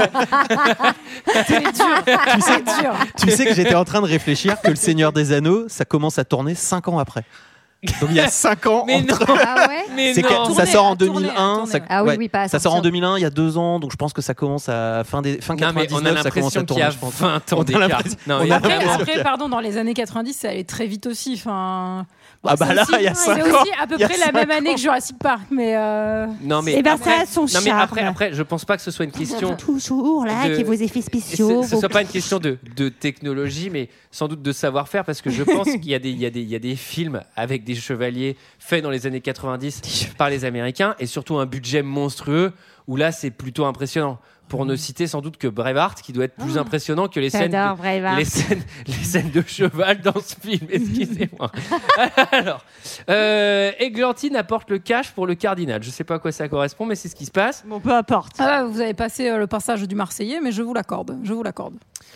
C'est dur. Tu sais, dur. tu sais que j'étais en train de réfléchir que le Seigneur des Anneaux, ça commence à tourner cinq ans après. Donc il y a cinq ans mais entre. Non. Ah ouais mais c'est non. que, Tourner, ça sort en tourner, deux mille un. tourner. Ça, Ah oui, ouais, oui, pas à ça sort en sortir. deux mille un, il y a deux ans, donc je pense que ça commence à fin, des, fin Non, mais on a quatre-vingt-dix-neuf, ça commence l'impression à qu'il tourner. y a je pense. vingt ans On a d'écart. l'impression- Non, on mais a Après, l'impression après qu'il y a- pardon, dans les années quatre-vingt-dix, ça allait très vite aussi. Enfin, bon, Ah bah c'est là, aussi- il y a c'est cinq aussi ans. à peu Il y a près la cinq même année ans. que Jurassic Park, mais euh, Non mais Eh ben, après, ça a son non mais charme. après, après, je pense pas que ce soit une question. Toujours là, de- qui vos effets Ce, spéciaux. ce vos- soit pas une question de, de technologie, mais sans doute de savoir-faire, parce que je pense qu'il y a des, il y a des, il y a des films avec des chevaliers faits dans les années quatre-vingt-dix par les Américains, et surtout un budget monstrueux où là c'est plutôt impressionnant. Pour ne citer sans doute que Braveheart, qui doit être plus impressionnant que les scènes, J'adore de, Braveheart. les scènes, les scènes de cheval dans ce film. Excusez-moi. Alors, euh, Églantine apporte le cash pour le cardinal. Je sais pas à quoi ça correspond, mais c'est ce qui se passe. Bon, peu importe. ah bah, vous avez passé euh, le passage du Marseillais, mais je vous l'accorde. Je vous l'accorde.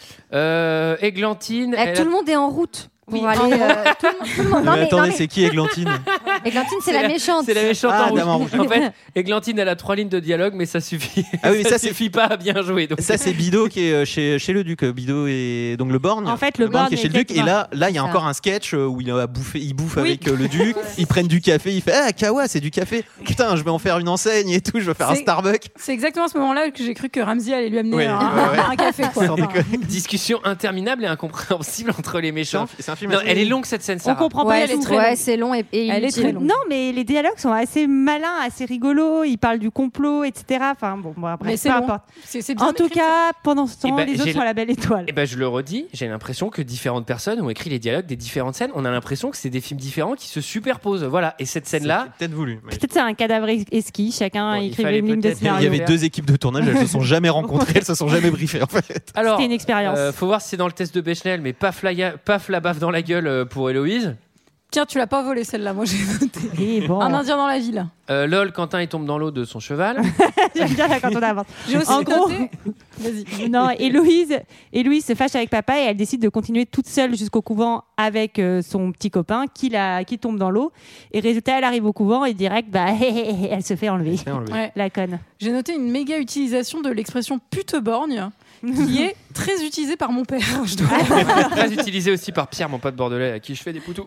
Euh, Églantine. Eh, elle tout a- le monde est en route pour Oui. aller. euh, tout le monde- tout le monde- non, Mais mais- attendez, non, mais- c'est qui Églantine? Églantine, c'est la méchante. C'est la méchante Ah, en rouge. dame en rouge. En fait, Églantine, elle a trois lignes de dialogue, mais ça suffit. Ah oui, ça, ça, c'est- suffit pas à bien jouer. Donc. Ça, c'est Bido qui est euh, chez, chez le Duc. Bido et donc le Borgne. En fait, le Borgne Borgne qui est chez le Duc. Et exactement. là, là, il y a Ça. encore un sketch euh, où il a bouffé, il bouffe Oui. avec euh, le Duc. Ils prennent du café. Il fait ah Kawa, c'est du café. Putain, je vais en faire une enseigne et tout. Je vais faire un C'est- Starbucks. C'est exactement à ce moment-là que j'ai cru que Ramsey allait lui amener Oui, un, ouais, ouais. un café. Quoi. Sans déconner. Discussion interminable et incompréhensible entre les C'est un, méchants. c'est un film. Non, assez- elle est longue cette scène, On Sarah. comprend pas. Ouais, elle est c'est- très ouais, longue. c'est long et, et Elle est inutile. très longue. Non, mais les dialogues sont assez malins, assez rigolos. Ils parlent du complot, et cetera. Enfin, bon, bon après, Mais c'est peu long. importe. C'est c'est bien En tout écrit, cas, pendant ce temps, Eh ben, les autres j'ai- sont à la belle étoile. Et ben je le redis, j'ai l'impression que différentes personnes ont écrit les dialogues des différentes scènes. On a l'impression que c'est des films différents qui se superposent. Voilà. Et cette scène-là, C'est peut-être voulu. mais- Peut-être c'est un cadavre esquis. Chacun Bon, il écrivait fallait une ligne de peut-être- Il y scénario. avait deux équipes de tournage. Elles se sont jamais rencontrées. Elles se sont jamais briefées en fait. alors, C'était une expérience. euh, faut voir si c'est dans le test de Bechdel, mais paf la, ga- paf la baffe dans la gueule euh, pour Héloïse. Tiens, tu l'as pas volé celle-là, moi j'ai noté. Et bon, Un Indien dans la ville. Euh, lol, Quentin il tombe dans l'eau de son cheval. j'aime bien là quand on avance. J'ai aussi En gros- noté. Vas-y. Non, Héloïse, Héloïse se fâche avec papa et elle décide de continuer toute seule jusqu'au couvent avec euh, son petit copain qui, la, qui tombe dans l'eau. Et résultat, elle arrive au couvent et direct, bah, elle se fait enlever. Ouais. La conne. J'ai noté une méga utilisation de l'expression pute-borgne qui est très utilisée par mon père. Je dois Très utilisé aussi par Pierre, mon pote bordelais, à qui je fais des poutous.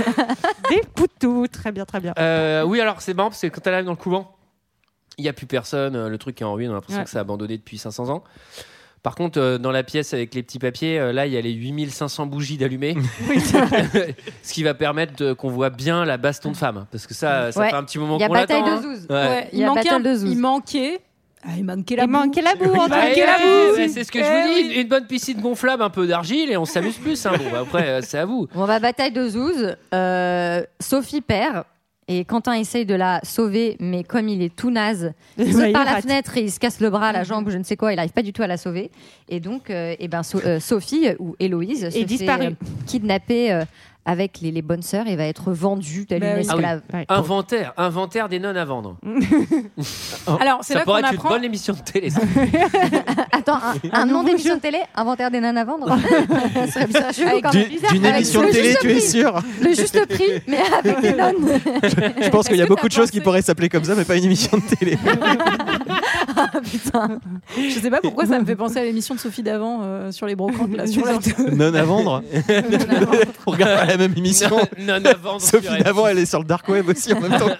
Des poutous. Très bien, très bien. Euh, oui, alors c'est marrant parce que quand elle arrive dans le couvent, il n'y a plus personne, euh, le truc est en ruine, on a l'impression Ouais. que c'est abandonné depuis cinq cents ans. Par contre, euh, dans la pièce avec les petits papiers, euh, là, il y a les huit mille cinq cents bougies d'allumées. Ce qui va permettre de- qu'on voit bien la baston de femmes. Parce que ça, ça Ouais. fait un petit moment Il y a qu'on bataille l'attend. de hein. Zouz. Ouais. Ouais, Il il, y a manquait Battle un- de Zouz. il manquait. Ah, il manquait la Il boue. manquait la boue. Oui, entre bah, les ouais, la boue. ouais, c'est ce que je Eh vous oui. dis. Une bonne piscine gonflable, un peu d'argile et on s'amuse plus. Hein. Bon, bah, après, euh, c'est à vous. Bon, bah, bataille de Zouz. Euh, Sophie perd. Et Quentin essaye de la sauver, mais comme il est tout naze, il Ouais, saute il par la rate. fenêtre et il se casse le bras, la jambe, je ne sais quoi, il n'arrive pas du tout à la sauver. Et donc, euh, eh ben, So- euh, Sophie, euh, ou Héloïse, se fait disparue. euh, kidnapper euh, avec les, les bonnes sœurs et va être vendue telle Bah une oui. Ah oui. esclave. Ouais. Inventaire, inventaire des nonnes à vendre. Alors, c'est Ça là qu'on pourrait être une apprend. bonne émission de télé. ça. Attends, un, un nom d'émission de télé, Inventaire des nonnes à vendre. Ça serait bizarre, chelou, Avec quand Du- même. D'une Avec émission de le télé, juste tu es prix. sûr? Le juste prix, mais avec des nonnes. Je pense qu'il y a Est-ce que beaucoup de t'as choses qui pensé- pourraient s'appeler comme ça, mais pas une émission de télé. Ah, putain. Je sais pas pourquoi ça me fait penser à l'émission de Sophie d'avant euh, sur les brocantes là sur la deux. Non à vendre. On regarde pas la même émission. Non, non, à vendre sur Sophie M six. d'avant, elle est sur le dark web aussi en même temps.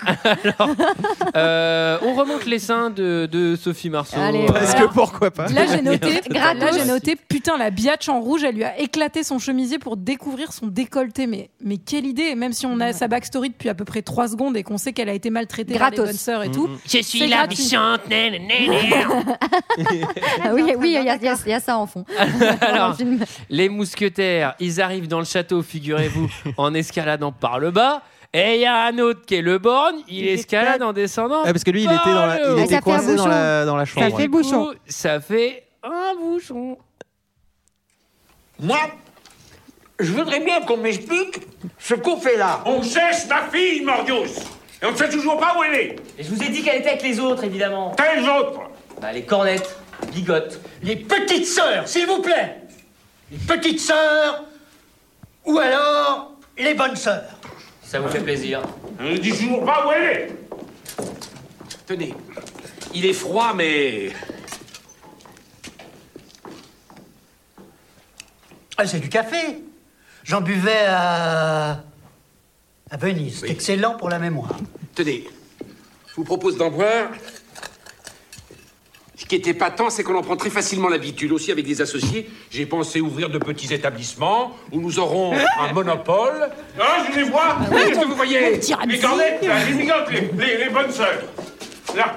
Euh, on remonte les seins de, de Sophie Marceau. Allez, Euh, Parce Alors, que pourquoi pas? Là j'ai noté, Gratos. là j'ai noté, putain la biatch en rouge, elle lui a éclaté son chemisier pour découvrir son décolleté. Mais, mais quelle idée! Même si on a sa backstory depuis à peu près trois secondes et qu'on sait qu'elle a été maltraitée par les Gratos. bonnes sœurs et tout. Je suis C'est la gratuit. méchante. nan, nan, nan, Ah oui, oui, il y, a- il y a- il y a ça en fond. Dans Alors, le film. les mousquetaires, ils arrivent dans le château, figurez-vous, en escaladant par le bas. Et il y a un autre qui est le borgne, il escalade en descendant. Ah, parce que lui, il par était dans la, le il haut. était Ça fait un coincé dans bouchon. la, dans la chambre. Ça fait Du bouchon. coup, ça fait un bouchon. Moi, je voudrais bien qu'on m'explique ce qu'on fait là. On cherche ma fille, Mordius. Et on ne sait toujours pas où elle est. Et je vous ai dit qu'elle était avec les autres, évidemment. Quelles autres? Bah, les cornettes, bigotes. Les petites sœurs, s'il vous plaît. Les petites sœurs ou alors les bonnes sœurs. Ça vous fait plaisir. On ne dit toujours pas où elle est. Tenez, il est froid, mais... Ah, c'est du café. J'en buvais à... à Venise. C'est excellent pour la mémoire. Tenez, je vous propose d'en boire. Ce qui est épatant, c'est qu'on en prend très facilement l'habitude. Aussi, avec des associés, j'ai pensé ouvrir de petits établissements où nous aurons un monopole. Ah, je les vois. Qu'est-ce que vous voyez? petit Ramsey. Les cornettes, là, les bigotes, les, les, les bonnes sœurs. Là.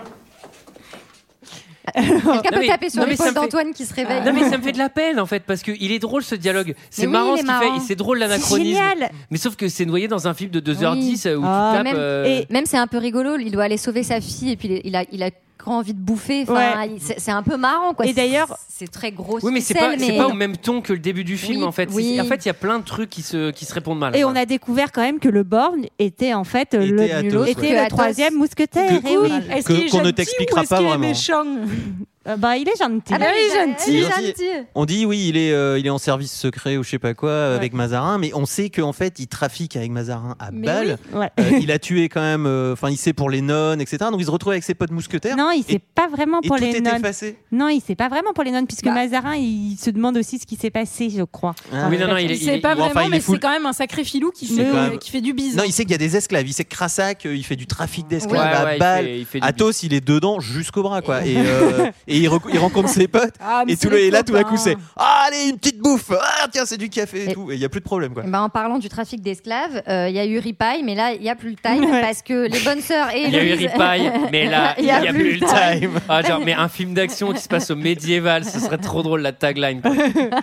Quelqu'un Non, peut mais- taper sur non, mais ça l'épaule me fait- d'Antoine qui se réveille. Non mais ça me fait de la peine en fait parce que il est drôle ce dialogue. C'est Mais oui, marrant il ce est qu'il fait, marrant. et c'est drôle C'est l'anachronisme. génial. Mais sauf que c'est noyé dans un film de deux heures dix Oui. où Ah, tu tapes. même, euh, et même c'est un peu rigolo, il doit aller sauver sa fille et puis il est- il a, il a grand envie de bouffer. Enfin, Ouais. il- c'est c'est un peu marrant quoi. Et d'ailleurs- c'est très gros. Oui mais c'est pas, c'est pas au même ton que le début du film Oui, en fait. oui. C'est- En fait il y a plein de trucs qui se, qui se répondent mal. Et quoi. on a découvert quand même que le Borgne était en fait Était le Athos, nulot, ouais. était Que le Athos. troisième mousquetaire. Que- eh oui. Est-ce Que- qu'il est qu'on ne gentil t'expliquera ou est-ce pas qu'il est vraiment. méchant? Euh, bah, il est gentil. Ah bah oui, il est gentil. Il est gentil. gentil. On dit oui, il est, euh, il est en service secret ou je sais pas quoi avec Mazarin, mais on sait qu'en fait il trafique avec Mazarin à Mais balle. Ouais. Euh, il a tué quand même, enfin il sait pour les nonnes, et cetera. Donc il se retrouve avec ses potes mousquetaires. Non, il sait Et- pas vraiment et pour tout les est nonnes. effacé. Non, il sait pas vraiment pour les nonnes, puisque Bah. Mazarin, il se demande aussi ce qui s'est passé, je crois. Ah, Oui non non il est. Il sait il est- pas bon, enfin, vraiment, il est mais full. c'est quand même un sacré filou qui C'est fait, quand même- qui fait du bise. Non, il sait qu'il y a des esclaves. Il sait que Crassac, euh, il fait du trafic d'esclaves Ouais, à ouais, il balle. fait- il fait du Athos, il est dedans jusqu'au bras, quoi. Et, euh, et il, recou- il rencontre ses potes. Ah, mais Et, c'est tout le, les et là, tout d'un copains. coup, c'est ah, allez, une petite bouffe. Ah, tiens, c'est du café et, Et- tout. Et il n'y a plus de problème, quoi. Eh ben, en parlant du trafic d'esclaves, euh, il y a eu Ripaille, mais là, il n'y a plus le time Ouais. parce que les bonnes sœurs et Il y a eu Héloïse- Ripaille, mais là, il n'y a, plus le time. time. Ah, genre, mais un film d'action qui se passe au médiéval, ce serait trop drôle la tagline. quoi.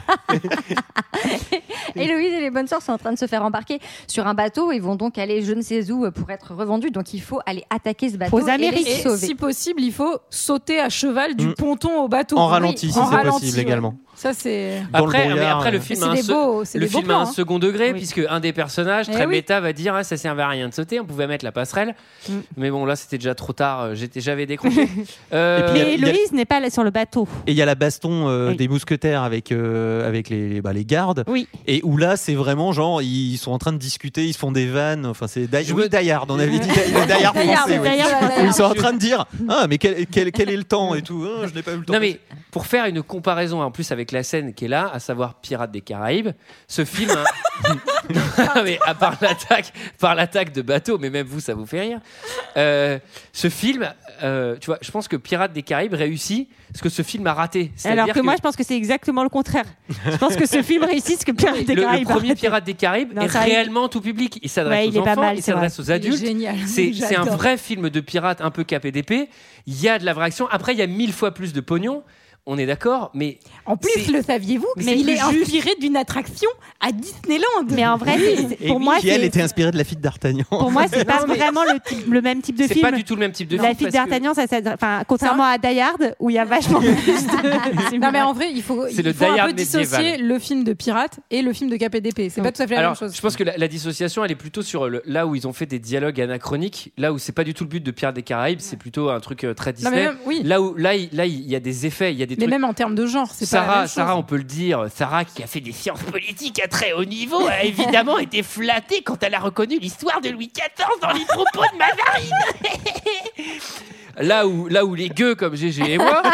Héloïse et les bonnes sœurs sont en train de se faire embarquer sur un bateau. Ils vont donc aller je ne sais où pour être revendus. Donc il faut aller attaquer ce bateau Aux et Amériques. les Et sauver. si possible, il faut sauter à cheval du Mm. ponton au bateau. En Oui, ralenti, si en c'est ralenti, possible ouais. également. Ça c'est. Dans le Après, mais brouillard, après le euh. film C'est a un, des se- beaux- c'est le des beaux film a plans, un hein. second degré Oui. puisque un des personnages Eh très oui. méta va dire ah, ça servait à rien de sauter, on pouvait mettre la passerelle. Mm. Mais bon là c'était déjà trop tard, euh, j'étais j'avais décroché. Euh, Et puis, il y a- Mais il y a- Héloïse n'est pas là sur le bateau. Et il y a la baston euh, Oui. des mousquetaires avec, euh, avec les, bah, les gardes. Oui. Et où là, c'est vraiment genre, ils sont en train de discuter, ils se font des vannes. Enfin, c'est Die, Je oui, me- Die Hard, on avait dit Die Die Hard Die Hard, français. oui. Die Hard Où ils sont en train de dire ah, mais quel, quel, quel est le temps et tout. Ah, je n'ai pas eu le temps. Non mais pour faire une comparaison en plus avec la scène qui est là, à savoir Pirates des Caraïbes, ce film, hein, non, mais à part l'attaque, par l'attaque de bateau, mais même vous ça vous fait rire. Euh, ce film, euh, tu vois, je pense que Pirates des Caraïbes réussit ce que ce film a raté. Alors C'est-à-dire que, moi, je pense que c'est exactement le contraire. Je pense que ce film réussit ce que Pirates des le, le Caraïbes. premier Pirates des Caraïbes Non, est ça, il- réellement tout public. Il s'adresse Ouais, aux il est pas enfants, mal, il c'est s'adresse vrai. aux adultes. Il est génial. C'est c'est un J'adore. vrai film de pirate un peu capé d'épée. Il y a de la vraie action. Après, il y a mille fois plus de pognon. On est d'accord, mais En plus, C'est- le saviez-vous mais Mais c'est il est plus juste. inspiré d'une attraction à Disneyland. Mais en vrai, c'est- c'est- Et pour moi, qui, elle, c'est- était inspirée de la fille d'Artagnan. pour moi, c'est pas Non, mais- vraiment le, type- le même type de c'est film. pas du tout le même type de La film. fille parce que d'Artagnan, ça, ça- enfin, contrairement à Die Hard, où il y a vachement plus de. Non mais en vrai, il faut, C'est il le faut un Die peu Hard dissocier médiéval. le film de pirate et le film de Cap et d'épée. C'est pas tout à fait la Alors, même chose. je pense que la, la dissociation, elle est plutôt sur le, là où ils ont fait des dialogues anachroniques, là où c'est pas du tout le but de Pirates des Caraïbes, c'est plutôt un truc euh, très Non, Disney. mais même- oui. Là où là, il, là, il y a des effets, il y a des Mais trucs. même en termes de genre, c'est pas la Sarah, même chose. Sarah, on peut le dire, Sarah qui a fait des sciences politiques à très haut niveau a évidemment été flattée quand elle a reconnu l'histoire de Louis quatorze dans les propos de Mazarine. Là où, là où les gueux comme Gégé et moi,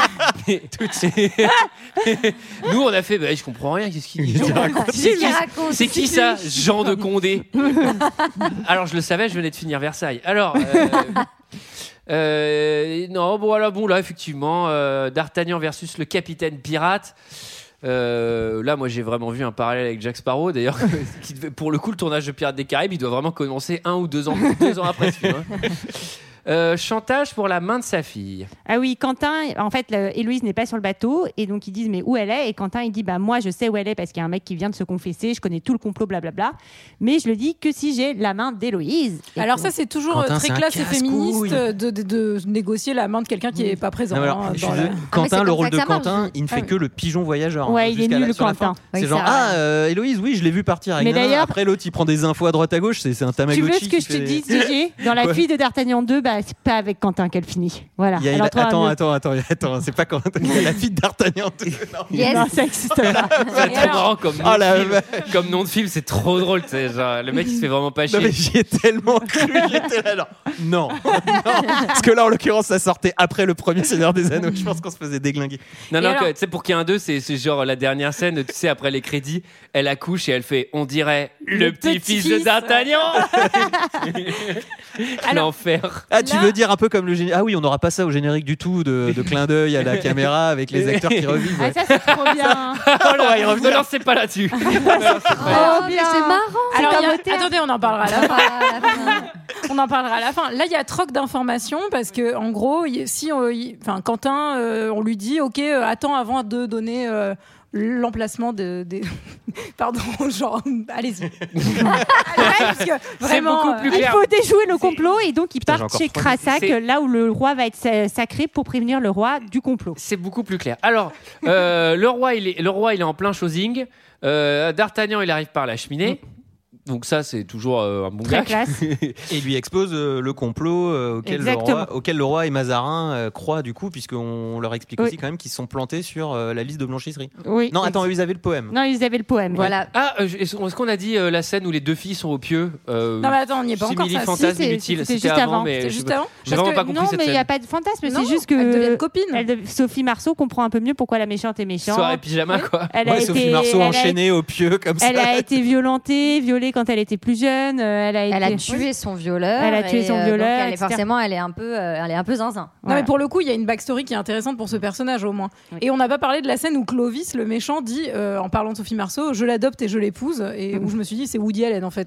nous on a fait, bah, je comprends rien, qu'est-ce qu'il dit C'est qui, c'est qui ça, Jean de Condé? Alors je le savais, je venais de finir Versailles. Alors. euh, Euh, non, bon, voilà, bon, là, effectivement, euh, D'Artagnan versus le capitaine pirate. Euh, là, moi, j'ai vraiment vu un parallèle avec Jack Sparrow. D'ailleurs, qui devait- pour le coup, le tournage de Pirates des Caraïbes, il doit vraiment commencer un ou deux ans, deux ans après ce film. hein. Euh, chantage pour la main de sa fille. Ah oui, Quentin, en fait, le- Héloïse n'est pas sur le bateau et donc ils disent mais où elle est? Et Quentin il dit bah moi je sais où elle est parce qu'il y a un mec qui vient de se confesser, je connais tout le complot blablabla, mais je le dis que si j'ai la main d'Héloïse. Et Alors donc- ça c'est toujours Quentin, euh, très c'est un classe et casse-couille. féministe de, de, de négocier la main de quelqu'un qui est pas présent. Non, mais alors, hein, je suis dans la- désolé, mais Quentin, c'est le comme rôle ça de que ça marche. Quentin, il ne fait Ah oui. que le pigeon voyageur. Ouais, hein, il est jusqu'à nul, la- sur la Quentin. fin. Oui, C'est genre, c'est vrai. ah, euh, Héloïse, oui, je l'ai vu partir avec Mais Nana. d'ailleurs- Après, l'autre, il prend des infos à droite à gauche, c'est c'est un Tu Tamagotchi. veux ce que qui je te fait- dise, Gigi? Dans la Quoi fille de D'Artagnan deux, bah, c'est pas avec Quentin qu'elle finit. Voilà. Il y a- Elle en trouve un attends, mieux. attends, attends, attends, c'est pas quand il y a la fille d'Artagnan. Non. Yes. Non, ça existe pas. C'est trop marrant comme nom, Oh de la film. vache. Comme nom de film, c'est trop drôle. tu sais, Genre, le mec il se fait vraiment pas Non mais chier. j'y ai tellement cru, j'étais là, non, non, non. Parce que là en l'occurrence ça sortait après le premier Seigneur des Anneaux, je pense qu'on se faisait déglinguer. Non, Et non, alors- que- tu sais, pour qu'il y ait un deux, c'est c'est genre la dernière scène, tu sais, après les crédits, elle accouche et elle fait, on dirait, le, Le petit-fils de petit-fils. D'Artagnan. Alors- L'enfer. Ah tu Là- veux dire un peu comme le générique, ah oui on n'aura pas ça au générique du tout, de, de clin d'œil à la caméra avec les acteurs qui revivent. Ah, ouais. ça c'est trop bien. Oh là, il revient. Ne lancez pas là-dessus. Oh, bien. mais c'est marrant. Alors, C'est il y a- un moteur. attendez, on en parlera à la fin. Ah, la fin. On en parlera à la fin. Là, il y a troc d'informations parce que, en gros, il- si, on- il- enfin, Quentin, euh, on lui dit, ok, euh, attends avant de donner euh, l'emplacement de, des, pardon, genre, allez-y. Allez, parce que vraiment, beaucoup plus euh, Il clair. faut déjouer le complot et donc ils Putain, j'ai partent encore chez trois minutes. Crassac, C'est- là où le roi va être sa- sacré pour prévenir le roi du complot. C'est beaucoup plus clair. Alors, euh, le roi, il est, le roi, il est en plein chosing. Euh, D'Artagnan, il arrive par la cheminée. Donc ça, c'est toujours euh, un bon Très gars. classe. Et il lui expose euh, le complot euh, auquel, le Exactement. roi, auquel le roi et Mazarin euh, croient du coup, puisqu'on leur explique Oui. aussi quand même qu'ils se sont plantés sur euh, la liste de blanchisserie. Oui. Non attends, ils avaient le poème. Non, ils avaient le poème. Voilà. Ah, euh, est-ce est-ce qu'on a dit euh, la scène où les deux filles sont au pieu euh, non, mais attends, on n'y est pas encore. simili Ça, fantasme Si, c'est- inutile. c'était C'était juste avant. mais C'était je- juste avant. J'ai Parce vraiment que- pas compris non, cette mais il n'y scène. a pas de fantasme, Non, c'est juste que elles deviennent copines. elle de- Sophie Marceau comprend un peu mieux pourquoi la méchante est méchante. Soirée pyjama, quoi. Elle Ouais, a Sophie été, Marceau elle a- enchaînée au pieu comme ça. Elle a été violentée, violée quand elle était plus jeune. euh, Elle a, été... Elle a tué son violeur. Elle a tué et, son euh, violeur, donc elle est et cetera. forcément, elle est un peu, euh, elle est un peu zinzin. Non, Voilà. mais pour le coup, il y a une backstory qui est intéressante pour ce personnage, au moins. Oui. Et on n'a pas parlé de la scène où Clovis, le méchant, dit, euh, en parlant de Sophie Marceau, je l'adopte et je l'épouse. Et où je me suis dit, c'est Woody Allen, en fait.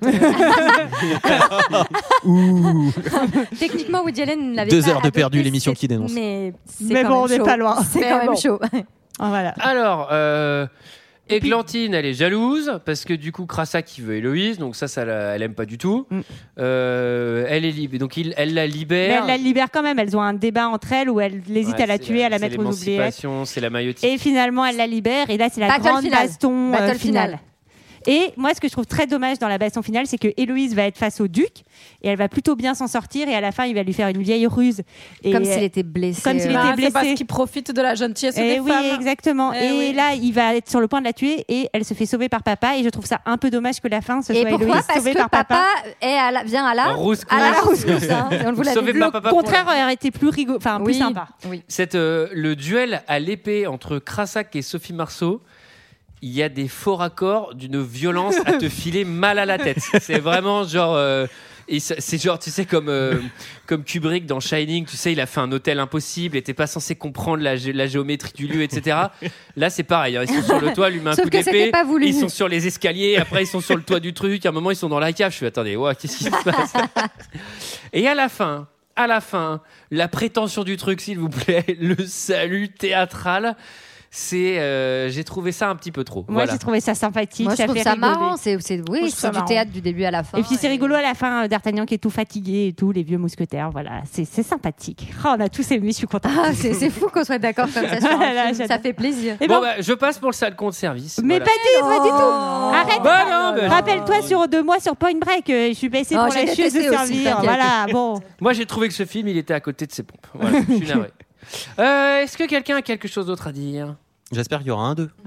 Ouh. Techniquement, Woody Allen l'avait Deux pas heures de perdu, adopté, l'émission c'est- qui dénonce. Mais, c'est Mais quand bon, même on n'est chaud. pas loin. C'est Mais quand même bon. chaud. Ah, voilà. Alors, euh, Églantine, elle est jalouse parce que du coup, Crassac, il veut Héloïse, donc ça, ça la- elle aime pas du tout. Mm. Euh, elle est libre, donc il, elle la Mais libère. elle la libère quand même. Elles ont un débat entre elles où elle hésite Ouais, à la c'est tuer, à la c'est mettre aux oubliettes. l'émancipation, c'est la maillotique. Et finalement, elle la libère. Et là, c'est la Battle grande finale. baston euh, Battle finale. finale. Et moi, ce que je trouve très dommage dans la baston finale, c'est que Héloïse va être face au duc et elle va plutôt bien s'en sortir. Et à la fin, il va lui faire une vieille ruse. Et Comme s'il était blessé. Comme s'il euh, était Bah, blessé. c'est parce qu'il profite de la gentillesse Eh des oui, femmes. exactement. Eh et oui. là, il va être sur le point de la tuer et elle se fait sauver par papa. Et je trouve ça un peu dommage que la fin ce Et soit pourquoi Héloïse Parce sauvée que par papa, papa. est à la, vient à la, Rouscous. à la rouscous. Hein. Et on vous l'avait Sauvé dit. par Le papa. contraire aurait été plus rigolo, enfin plus Oui. sympa. Oui. Cette, euh, le duel à l'épée entre Crassac et Sophie Marceau, il y a des faux raccords d'une violence à te filer mal à la tête. C'est vraiment genre. euh, et c'est c'est genre, tu sais, comme, euh, comme Kubrick dans Shining, tu sais, il a fait un hôtel impossible et t'es pas censé comprendre la, gé- la géométrie du lieu, et cetera. Là, c'est pareil. Hein, ils sont sur le toit, lui met un Sauf coup que c'était d'épée. pas voulu. Ils sont sur les escaliers, après, ils sont sur le toit du truc. À un moment, ils sont dans la cave. Je suis, attendez, ouais, qu'est-ce qui se passe? Et à la fin, à la fin, la prétention du truc, s'il vous plaît, le salut théâtral. C'est, euh, j'ai trouvé ça un petit peu trop. Moi, Voilà. j'ai trouvé ça sympathique. Moi, je ça trouve fait ça rigoler. marrant. C'est, c'est, oui, trouve c'est ça du marrant. théâtre du début à la fin. Et puis c'est rigolo à la fin, euh, D'Artagnan qui est tout fatigué et tout, les vieux mousquetaires, voilà, c'est c'est sympathique. Oh, on a tous aimé, je suis contente. Ah, c'est, c'est fou qu'on soit d'accord comme ça sur un Voilà, film. j'adore. Ça fait plaisir. Eh Bon, ben, bah, je passe pour le sale compte service. mais Voilà. pas du, pas du tout. Arrête. Bah non, bah, Rappelle-toi sur deux mois sur Point Break, euh, je suis baissée Oh, pour j'ai la chieuse de détesté aussi, servir. t'inquiète. Voilà, bon. moi, j'ai trouvé que ce film, il était à côté de ses pompes. Voilà, je suis navré. Euh, est-ce que quelqu'un a quelque chose d'autre à dire? J'espère qu'il y aura un deux.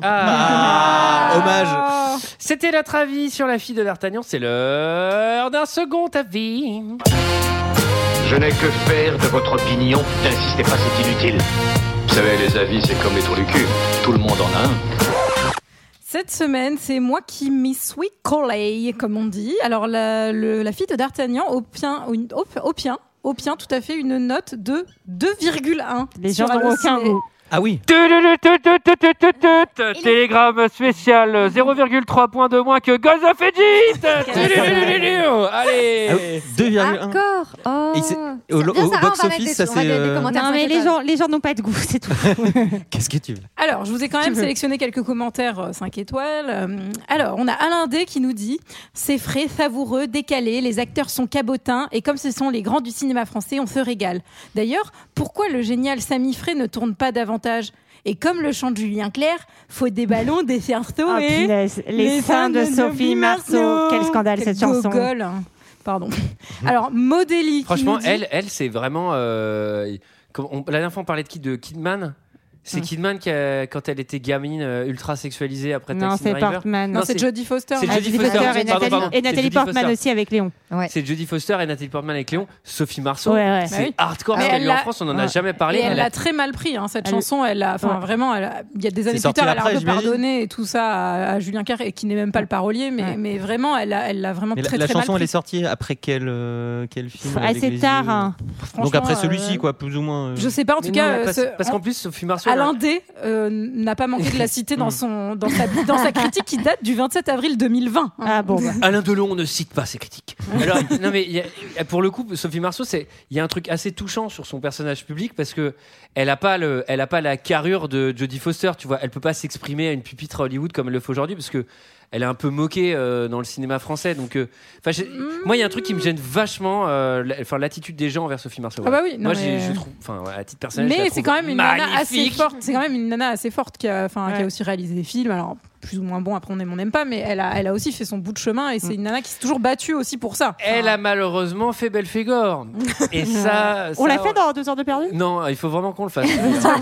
Ah, Hommage. C'était notre avis sur la fille de D'Artagnan. C'est l'heure d'un second avis. Je n'ai que faire de votre opinion. N'insistez pas, c'est inutile. Vous savez, les avis, c'est comme les trous du cul. Tout le monde en a un. Cette semaine, c'est moi qui miss we collé, comme on dit. Alors, la, le- la fille de D'Artagnan obtient, une- op- obtient, obtient tout à fait une note de deux virgule un. Les gens sur n'ont aucun Allociné. goût. Ah oui. Télégramme spécial, zéro virgule trois points de moins que Gods of Egypt. Allez. deux virgule un. Encore. Oh. Et c'est- Au, au- au box-office, ça c'est. euh, Non, mais les gens, les gens n'ont pas de goût, c'est tout. Qu'est-ce que tu veux? Alors, je vous ai quand Tu même veux. sélectionné quelques commentaires cinq étoiles. Euh, Alors, on a Alain D qui nous dit « C'est frais, savoureux, décalé, les acteurs sont cabotins et comme ce sont les grands du cinéma français, on se régale. D'ailleurs, pourquoi le génial Samy Frey ne tourne pas davantage ? Et comme le chante Julien Clerc, faut des ballons, des cerceaux Oh, et... punaise, les seins de Sophie Marceau. Quel scandale, Quel cette chanson. gogol, hein. Pardon. Alors, Modélie qui Franchement, nous dit- elle, elle c'est vraiment. euh, comme on- la dernière fois, on parlait de qui De Kidman. C'est Hmm. Kidman qui, a- quand elle était gamine, euh, ultra sexualisée après Non, Taxi c'est Driver. Portman. Non, c'est Jodie Foster. C'est Ah, Jodie Jodie Foster. Foster et Pardon, Nathalie, pardon. et C'est Nathalie Jodie Portman Foster. aussi avec Léon. C'est Jodie Foster et Nathalie Portman avec Léon. Sophie Marceau, Ouais, ouais. c'est Bah oui. hardcore. Mais Parce elle qu'elle est en l'a- France, on n'en a ouais. jamais parlé. Et elle Elle l'a a- très mal pris, hein, cette Elle- chanson. Elle a, enfin Ouais. vraiment, elle a- il y a des années plus sorti tard, elle a après, un peu j'imagine. pardonné et tout ça à, à Julien Clerc, et qui n'est même pas le parolier, mais, Ouais. mais vraiment, elle l'a, elle l'a vraiment Mais la, très la très chanson, mal elle est pris. sortie après quel, euh, quel film avec Assez les tard. yeux hein. Donc après Franchement, celui-ci, euh, quoi, plus ou moins. euh. Je sais pas, en Mais tout non, cas, mais euh, parce, ce- parce en- qu'en plus, Sophie Marceau. elle a- Alain D euh, n'a pas manqué de la citer dans, son, dans, sa, dans sa critique qui date du vingt-sept avril deux mille vingt. Ah bon, bah. Alain Delon ne cite pas ses critiques. Alors, non mais il y a- pour le coup, Sophie Marceau, c'est il y a un truc assez touchant sur son personnage public parce que elle a pas le, elle a pas la carrure de Jodie Foster, tu vois. Elle peut pas s'exprimer à une pupitre à Hollywood comme elle le fait aujourd'hui parce que elle est un peu moquée euh, dans le cinéma français. Donc, euh, enfin, j'ai- moi, il y a un truc qui me gêne vachement, euh, la- enfin, l'attitude des gens envers Sophie Marceau. Ah bah oui, non, moi, mais- j'ai- je trouve, enfin, ouais, à titre personnel, je la Mais c'est trouve quand même une nana assez magnifique. forte. C'est quand même une nana assez forte qui a, enfin, qui a Ouais. aussi réalisé des films. Alors plus ou moins bon. Après on aime, on n'aime pas, mais elle a, elle a aussi fait son bout de chemin et c'est une nana qui s'est toujours battue aussi pour ça. Elle a malheureusement fait Belphégor. Et ça, On ça- l'a fait dans deux heures de perdu. Non, il faut vraiment qu'on le fasse.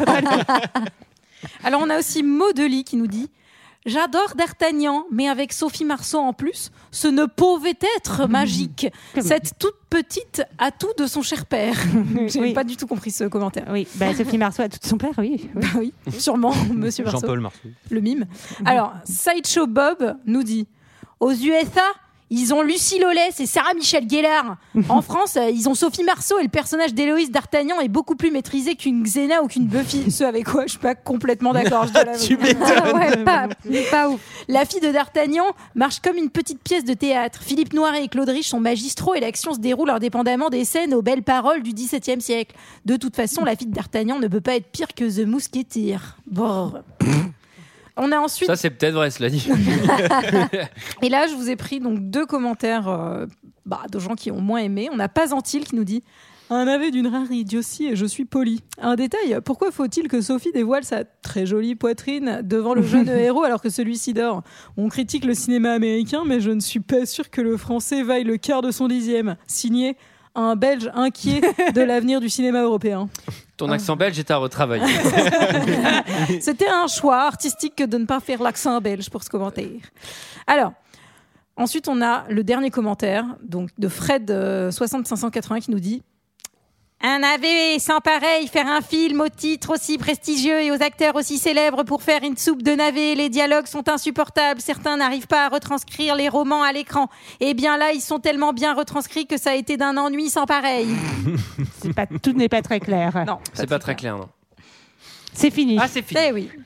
Alors on a aussi Modeli qui nous dit j'adore D'Artagnan, mais avec Sophie Marceau en plus, ce ne pouvait être magique. Cette toute petite atout de son cher père. J'ai Oui. pas du tout compris ce commentaire. Oui, bah, Sophie Marceau a tout son père, oui. Bah oui, sûrement, Monsieur Marceau. Jean-Paul Marceau. Le mime. Alors, Sideshow Bob nous dit aux U S A, ils ont Lucie Lawless et Sarah Michelle Gellar. En France, euh, ils ont Sophie Marceau et le personnage d'Héloïse D'Artagnan est beaucoup plus maîtrisé qu'une Xena ou qu'une Buffy. Ce avec quoi je suis pas complètement d'accord. Je dois l'avouer. Tu m'étonnes. Ah ouais, pas, pas ouf. La fille de D'Artagnan marche comme une petite pièce de théâtre. Philippe Noiret et Claude Rich sont magistraux et l'action se déroule indépendamment des scènes aux belles paroles du dix-septième siècle. De toute façon, la fille de D'Artagnan ne peut pas être pire que The Mousquetaire. Bon. On a ensuite Ça, c'est peut-être vrai, cela dit. et là, je vous ai pris donc deux commentaires euh, bah, de gens qui ont moins aimé. On a Pazantil qui nous dit un aveu d'une rare idiotie et je suis poli. Un détail, pourquoi faut-il que Sophie dévoile sa très jolie poitrine devant le jeune héros alors que celui-ci dort ? On critique le cinéma américain, mais je ne suis pas sûr que le français vaille le quart de son dixième. Signé un Belge inquiet de l'avenir du cinéma européen. Ton accent belge est à retravailler. C'était un choix artistique que de ne pas faire l'accent belge pour ce commentaire. Alors, ensuite, on a le dernier commentaire donc de Fred euh, soixante cinq cent quatre-vingts qui nous dit un navet sans pareil, faire un film au titre aussi prestigieux et aux acteurs aussi célèbres pour faire une soupe de navet. Les dialogues sont insupportables. Certains n'arrivent pas à retranscrire les romans à l'écran. Et bien là, ils sont tellement bien retranscrits que ça a été d'un ennui sans pareil. C'est pas, tout n'est pas très clair. Non, C'est pas très clair, non. C'est fini. Ah, c'est fini. Eh oui.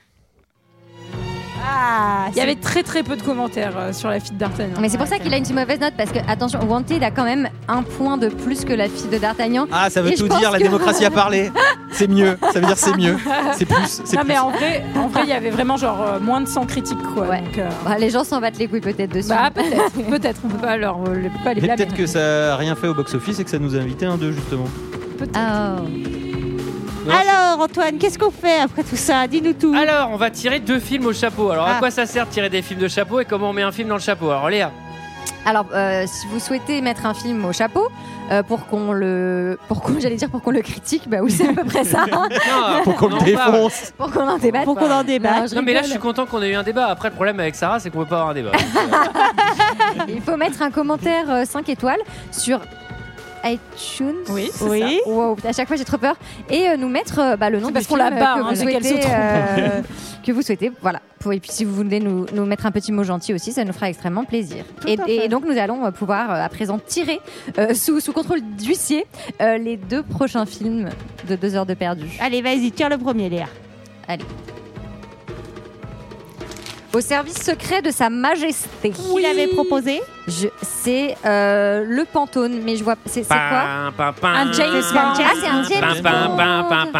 Ah, Il y avait très très peu de commentaires euh, sur la fille de D'Artagnan. Mais c'est pour ça qu'il a une si mauvaise note parce que, attention, Wanted a quand même un point de plus que la fille de D'Artagnan. Ah, ça veut Et je tout pense dire, la que- démocratie a parlé. C'est mieux, ça veut dire c'est mieux. C'est plus. C'est Non plus. mais en vrai, en vrai, il y avait vraiment genre euh, moins de cent critiques quoi. Ouais. Donc, euh, Bah, les gens s'en battent les couilles peut-être dessus. bah peut-être, peut-être, on peut pas leur, euh, les- pas les Mais blâmer. peut-être que ça a rien fait au box-office et que ça nous a invité un deux justement. Ah. Alors, Antoine, qu'est-ce qu'on fait après tout ça ? Dis-nous tout. Alors, on va tirer deux films au chapeau. Alors, à Ah. quoi ça sert de tirer des films de chapeau et comment on met un film dans le chapeau ? Alors, Léa. Alors, euh, si vous souhaitez mettre un film au chapeau euh, pour qu'on le, pour qu'on, j'allais dire pour qu'on le critique, bah oui, c'est à peu près ça. hein. Non, Pour qu'on le non, pas. défonce. Pour qu'on en débatte. Pour qu'on en débatte. Non, je Non, mais là, je rigole. suis content qu'on ait eu un débat. Après, le problème avec Sarah, c'est qu'on peut pas avoir un débat. Il faut mettre un commentaire euh, cinq étoiles sur iTunes. Oui, c'est Oui. Wow, à chaque fois j'ai trop peur. Et euh, nous mettre euh, bah, le nom C'est du parce qu'on film la barre, que, hein, vous c'est qu'elle se souhaitez, trompe. euh, que vous souhaitez. Voilà. Pour- Et puis si vous voulez nous, nous mettre un petit mot gentil aussi, ça nous fera extrêmement plaisir. Tout Et, à fait. et donc nous allons euh, pouvoir euh, à présent tirer euh, sous, sous contrôle d'huissier euh, les deux prochains films de deux heures de perdu. Allez, vas-y, tire le premier, Léa. Allez. Au service secret de Sa Majesté. Qui l'avait proposé? Je, c'est euh, le Pantone, mais je vois. C'est, c'est quoi? Un James Bond. Ah, c'est un James Bond.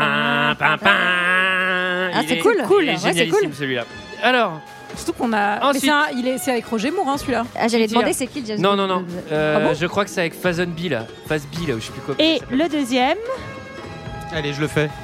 Ah, c'est cool. Cool. Il est Ouais, c'est génialissime cool. celui-là. Alors, Surtout qu'on a. Mais Ensuite- c'est, un- il est, c'est avec Roger Moore, hein, celui-là. Ah, j'allais Qui tire demander c'est qui le James non, Bond. non, non. Euh, Ah bon je crois que c'est avec Fazenby là. Fazby là, ou je sais plus quoi. Et le deuxième, Allez, je le fais.